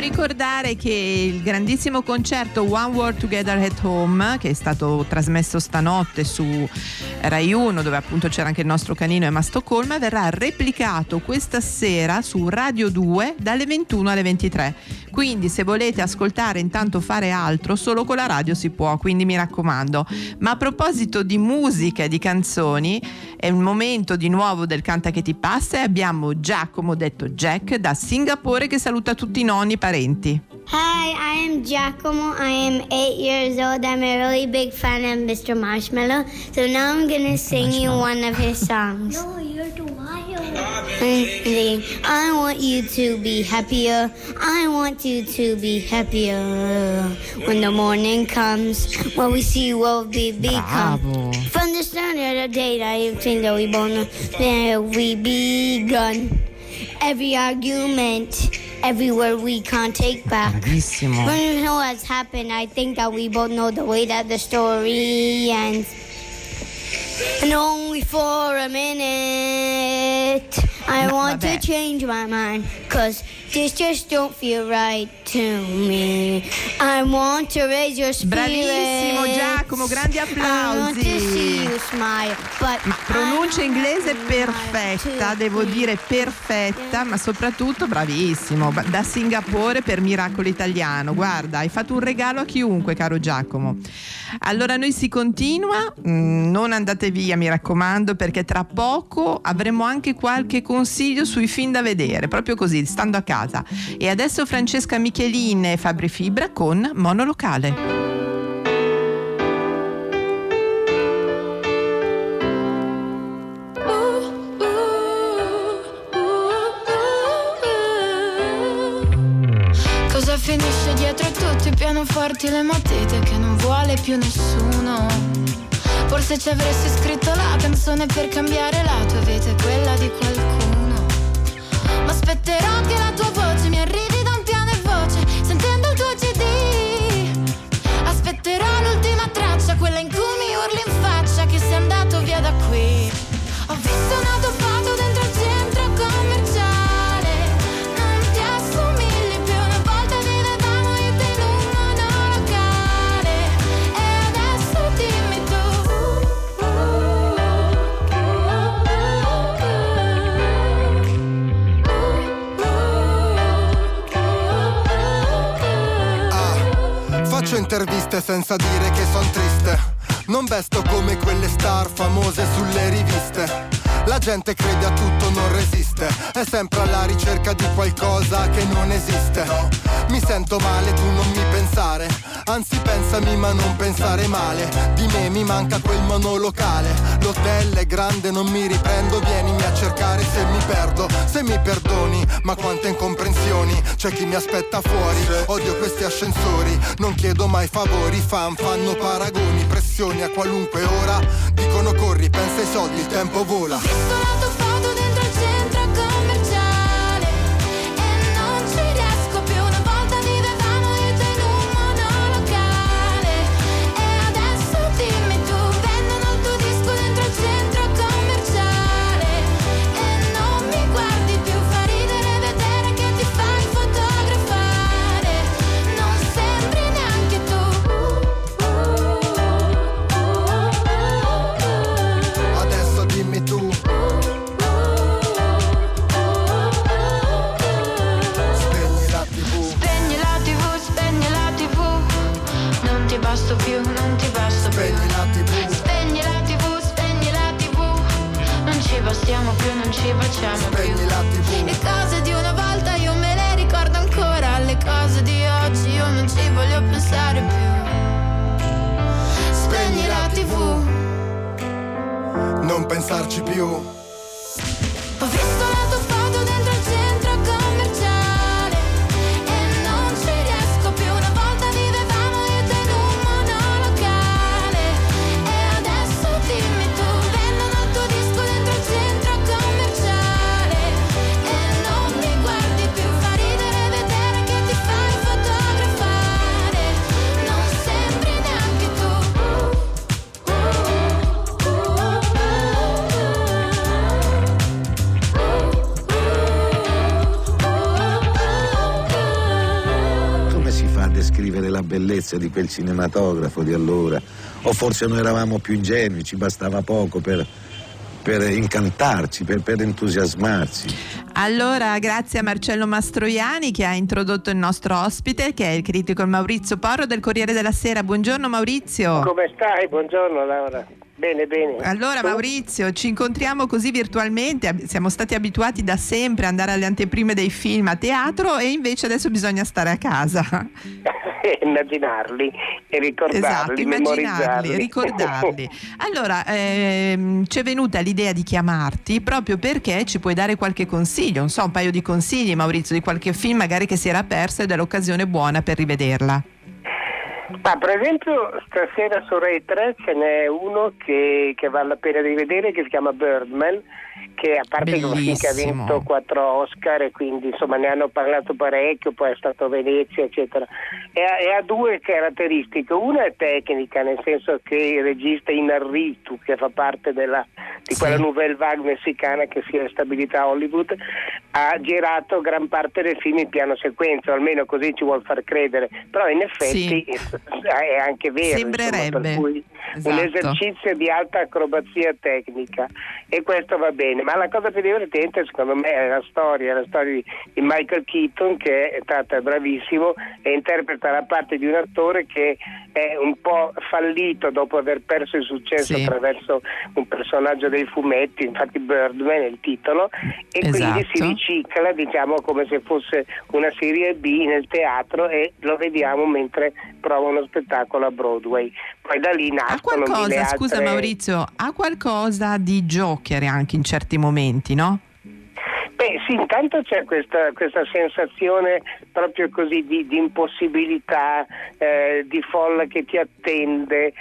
ricordare che il grandissimo concerto One World Together at Home, che è stato trasmesso stanotte su Rai 1, dove appunto c'era anche il nostro canino Emma Stoccolma, verrà replicato questa sera su Radio 2 dalle 21 alle 23. Quindi se volete ascoltare intanto fare altro, solo con la radio si può, quindi mi raccomando. Ma a proposito di musica e di canzoni, è il momento di nuovo del Canta che ti passa e abbiamo Giacomo, detto Jack, da Singapore, che saluta tutti i nonni e parenti. Hi, I am Giacomo. I am 8 years old. I'm a really big fan of Mr. Marshmallow. So now I'm gonna sing you one of his songs. No, you're too wild. I want you to be happier. I want you to be happier. When the morning comes, when we see what we become. From the start of the day that you think that we born, there we begun. Every argument, every word we can't take back. Bravissimo. When you know what's happened, I think that we both know the way that the story ends. And only for a minute I want to change my mind, 'cause this just don't feel right to me. I want to raise your spirit. Bravissimo Giacomo, grandi applausi. Pronuncia inglese perfetta, devo dire perfetta, ma soprattutto bravissimo. Da Singapore per Miracolo Italiano. Guarda, hai fatto un regalo a chiunque, caro Giacomo. Allora noi si continua, non andate via, mi raccomando, perché tra poco avremo anche qualche consiglio sui film da vedere, proprio così, stando a casa. E adesso Francesca Michelin e Fabri Fibra con Monolocale. Cosa finisce dietro a tutti i pianoforti e le matite che non vuole più nessuno? Forse ci avresti scritto la canzone per cambiare la tua vita e quella di qualcuno. Ma aspetterò che la tua voce mi arrivi da un piano e voce, sentendo il tuo CD. Aspetterò l'ultima traccia, quella in cui mi urli in faccia che sei andato via da qui. Ho visto una tua foto dentro il centro commerciale. Non ti assomigli più, una volta vivevamo io e te in un monolocale. E adesso dimmi tu. Faccio interviste senza dire che son triste. Non vesto come quelle star famose sulle riviste. La gente crede a tutto, non resiste. È sempre alla ricerca di qualcosa che non esiste. Mi sento male, tu non mi pensare. Anzi pensami ma non pensare male. Di me mi manca quel monolocale. L'hotel è grande, non mi riprendo. Vienimi a cercare se mi perdo. Se mi perdoni, ma quante incomprensioni. C'è chi mi aspetta fuori. Odio questi ascensori. Non chiedo mai favori. Fan fanno paragoni, pressioni a qualunque ora. Dicono corri, pensa ai soldi, il tempo vola. Ho visto la tua foto dentro il centro commerciale e non ci riesco più. Una volta vivevamo io e te in un monolocale. E adesso dimmi tu, vendono il tuo disco dentro il centro commerciale e non mi guardi più, fa ridere vedere che ti fai fotografare. Non sembri neanche tu. Adesso dimmi tu. Spegni la TV, spegni la TV. Non ti basto più, non ti basto più. Spegni la TV. Spegni la TV, spegni la TV. Non ci bastiamo più, non ci baciamo più. Spegni la TV. Le cose di una volta io me le ricordo ancora. Le cose di oggi io non ci voglio pensare più. Spegni la TV. Non pensarci più. Ho visto la tua foto dentro il centro commerciale e non ci riesco più. Una volta vivevamo io e te in un monolocale. E adesso dimmi tu, vendono il tuo disco dentro il centro commerciale e non mi guardi più, fa ridere vedere che ti fai fotografare. Non sembri neanche tu. bellezza di quel cinematografo di allora, o forse noi eravamo più ingenui, ci bastava poco per incantarci, per entusiasmarci. Allora, grazie a Marcello Mastroianni che ha introdotto il nostro ospite, che è il critico Maurizio Porro del Corriere della Sera. Buongiorno Maurizio. Come stai? Buongiorno Laura. Bene, bene. Allora Maurizio, ci incontriamo così virtualmente, siamo stati abituati da sempre ad andare alle anteprime dei film a teatro e invece adesso bisogna stare a casa. Immaginarli e ricordarli, esatto, memorizzarli. ricordarli. Allora, ci è venuta l'idea di chiamarti proprio perché ci puoi dare qualche consiglio, non so, un paio di consigli Maurizio, di qualche film magari che si era perso ed è l'occasione buona per rivederla. Ma per esempio stasera su Rai 3 ce n'è uno che vale la pena di vedere, che si chiama Birdman, che a parte che ha vinto 4 Oscar e quindi insomma ne hanno parlato parecchio, poi è stato a Venezia eccetera, e ha 2 caratteristiche. Una è tecnica, nel senso che il regista Inarritu, che fa parte di quella nouvelle vague messicana che si è stabilita a Hollywood, ha girato gran parte del film in piano sequenza, o almeno così ci vuol far credere, però in effetti è anche vero, sembrerebbe, insomma, per cui un esercizio di alta acrobazia tecnica, e questo va bene. Ma la cosa più divertente secondo me è la storia di Michael Keaton, che è bravissimo e interpreta la parte di un attore che è un po' fallito dopo aver perso il successo attraverso un personaggio dei fumetti, infatti Birdman è il titolo, e quindi si ricicla, diciamo, come se fosse una serie B nel teatro, e lo vediamo mentre prova uno spettacolo a Broadway. Poi da lì nascono mille altre... Scusa Maurizio, ha qualcosa di Joker anche in certi momenti, no? Beh sì, intanto c'è questa sensazione proprio così di impossibilità, di folla che ti attende,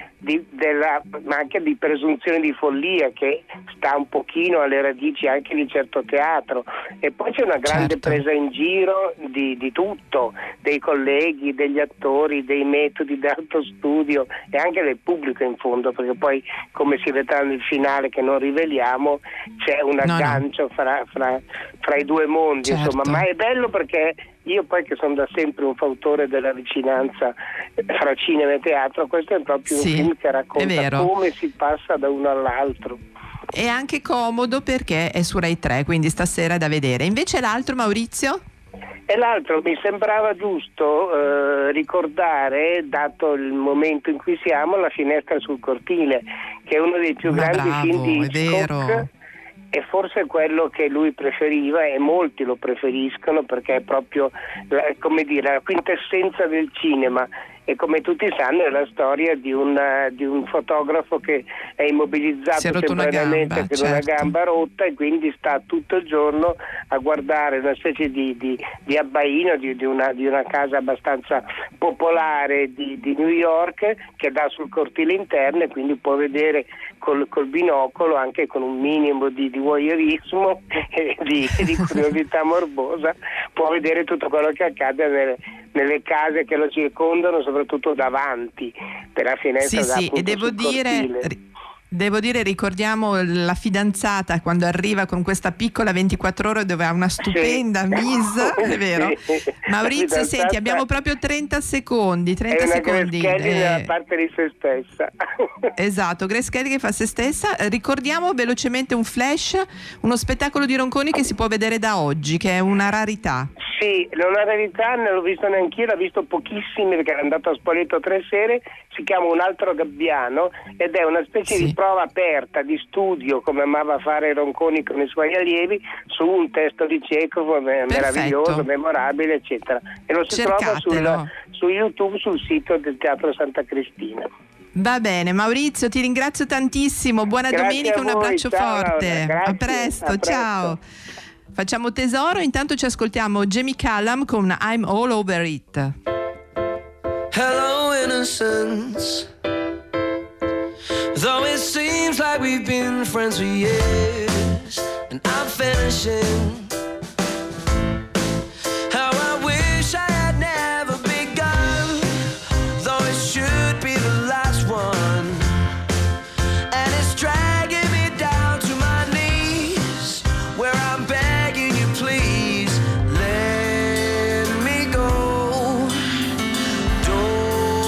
ma anche di presunzione di follia che sta un pochino alle radici anche di certo teatro. E poi c'è una grande presa in giro di tutto, dei colleghi, degli attori, dei metodi d'alto studio e anche del pubblico in fondo, perché poi, come si vedrà nel finale che non riveliamo, c'è un aggancio fra i due mondi, insomma. Ma è bello perché io poi, che sono da sempre un fautore della vicinanza fra cinema e teatro, questo è proprio un film che racconta come si passa da uno all'altro. È anche comodo perché è su Rai 3, quindi stasera è da vedere. Invece l'altro, Maurizio? E l'altro mi sembrava giusto ricordare, dato il momento in cui siamo, La finestra sul cortile, che è uno dei più grandi film di Hitchcock. E forse quello che lui preferiva, e molti lo preferiscono, perché è proprio la quintessenza del cinema. E come tutti sanno è la storia di un fotografo che è immobilizzato temporaneamente per una gamba rotta, e quindi sta tutto il giorno a guardare una specie di abbaino di una casa abbastanza popolare di New York, che dà sul cortile interno, e quindi può vedere col binocolo, anche con un minimo di voyeurismo e di curiosità morbosa, può vedere tutto quello che accade nelle case che lo circondano, soprattutto davanti, per la finestra e devo dire, ricordiamo la fidanzata quando arriva con questa piccola 24 ore dove ha una stupenda mise, è vero? Maurizio, senti, abbiamo proprio 30 secondi. È una Grace Kelly nella parte di se stessa. Esatto, Grace Kelly che fa se stessa. Ricordiamo velocemente un flash, uno spettacolo di Ronconi che si può vedere da oggi, che è una rarità. Sì, è una rarità, non l'ho visto neanch'io, l'ho visto pochissimi perché era andato a Spoleto 3 sere. Si chiama Un altro gabbiano ed è una specie di prova aperta, di studio, come amava fare Ronconi con i suoi allievi, su un testo di Chekhov meraviglioso, memorabile, eccetera. E lo si trova su YouTube, sul sito del Teatro Santa Cristina. Va bene, Maurizio, ti ringrazio tantissimo, buona domenica, un abbraccio forte. A presto, ciao. Facciamo tesoro, intanto ci ascoltiamo Jamie Cullum con I'm All Over It. Hello innocence, though it seems like we've been friends for years, and I'm finishing how I wish I had never begun, though it should be the last one, and it's dragging me down to my knees, where I'm begging you please, let me go. Don't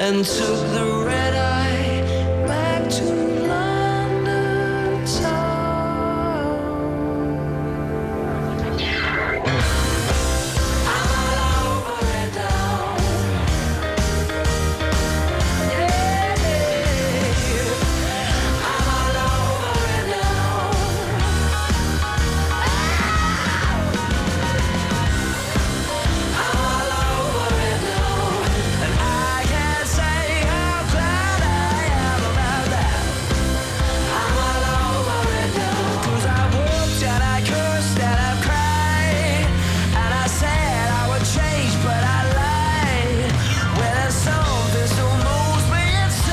and took the red eye back to London town. I'm all over and down. Yeah, I'm all over and down. I'm all over and down, and I can't say how glad I am about that. I'm all over and down, 'cause I whooped and I cursed and I cried, and I said I would change, but I lied. Well, there's something still moves me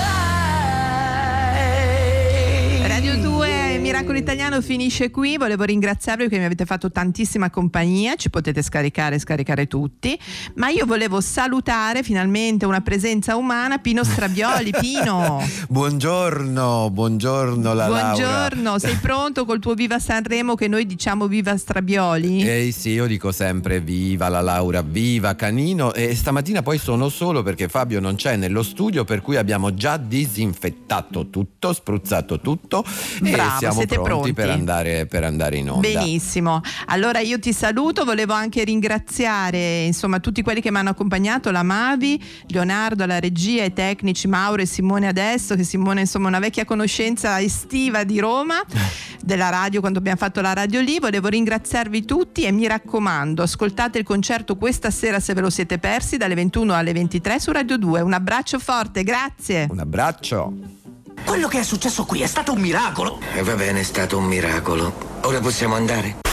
inside. Radio 2 Miracolo Italiano finisce qui. Volevo ringraziarvi perché mi avete fatto tantissima compagnia. Ci potete scaricare tutti, ma io volevo salutare finalmente una presenza umana, Pino Strabioli. Pino, buongiorno la Laura. buongiorno, sei pronto col tuo Viva Sanremo, che noi diciamo Viva Strabioli? Sì, io dico sempre viva la Laura, viva Canino, e stamattina poi sono solo perché Fabio non c'è nello studio, per cui abbiamo già disinfettato tutto, spruzzato tutto. Bravo, e siamo siete pronti? per andare in onda. Benissimo, allora io ti saluto. Volevo anche ringraziare insomma tutti quelli che mi hanno accompagnato, la Mavi, Leonardo alla regia, i tecnici Mauro e Simone adesso, che Simone insomma una vecchia conoscenza estiva di Roma, della radio, quando abbiamo fatto la radio lì. Volevo ringraziarvi tutti e mi raccomando, ascoltate il concerto questa sera se ve lo siete persi, dalle 21 alle 23 su Radio 2. Un abbraccio forte, grazie. Un abbraccio. Quello che è successo qui è stato un miracolo. E va bene, è stato un miracolo. Ora possiamo andare?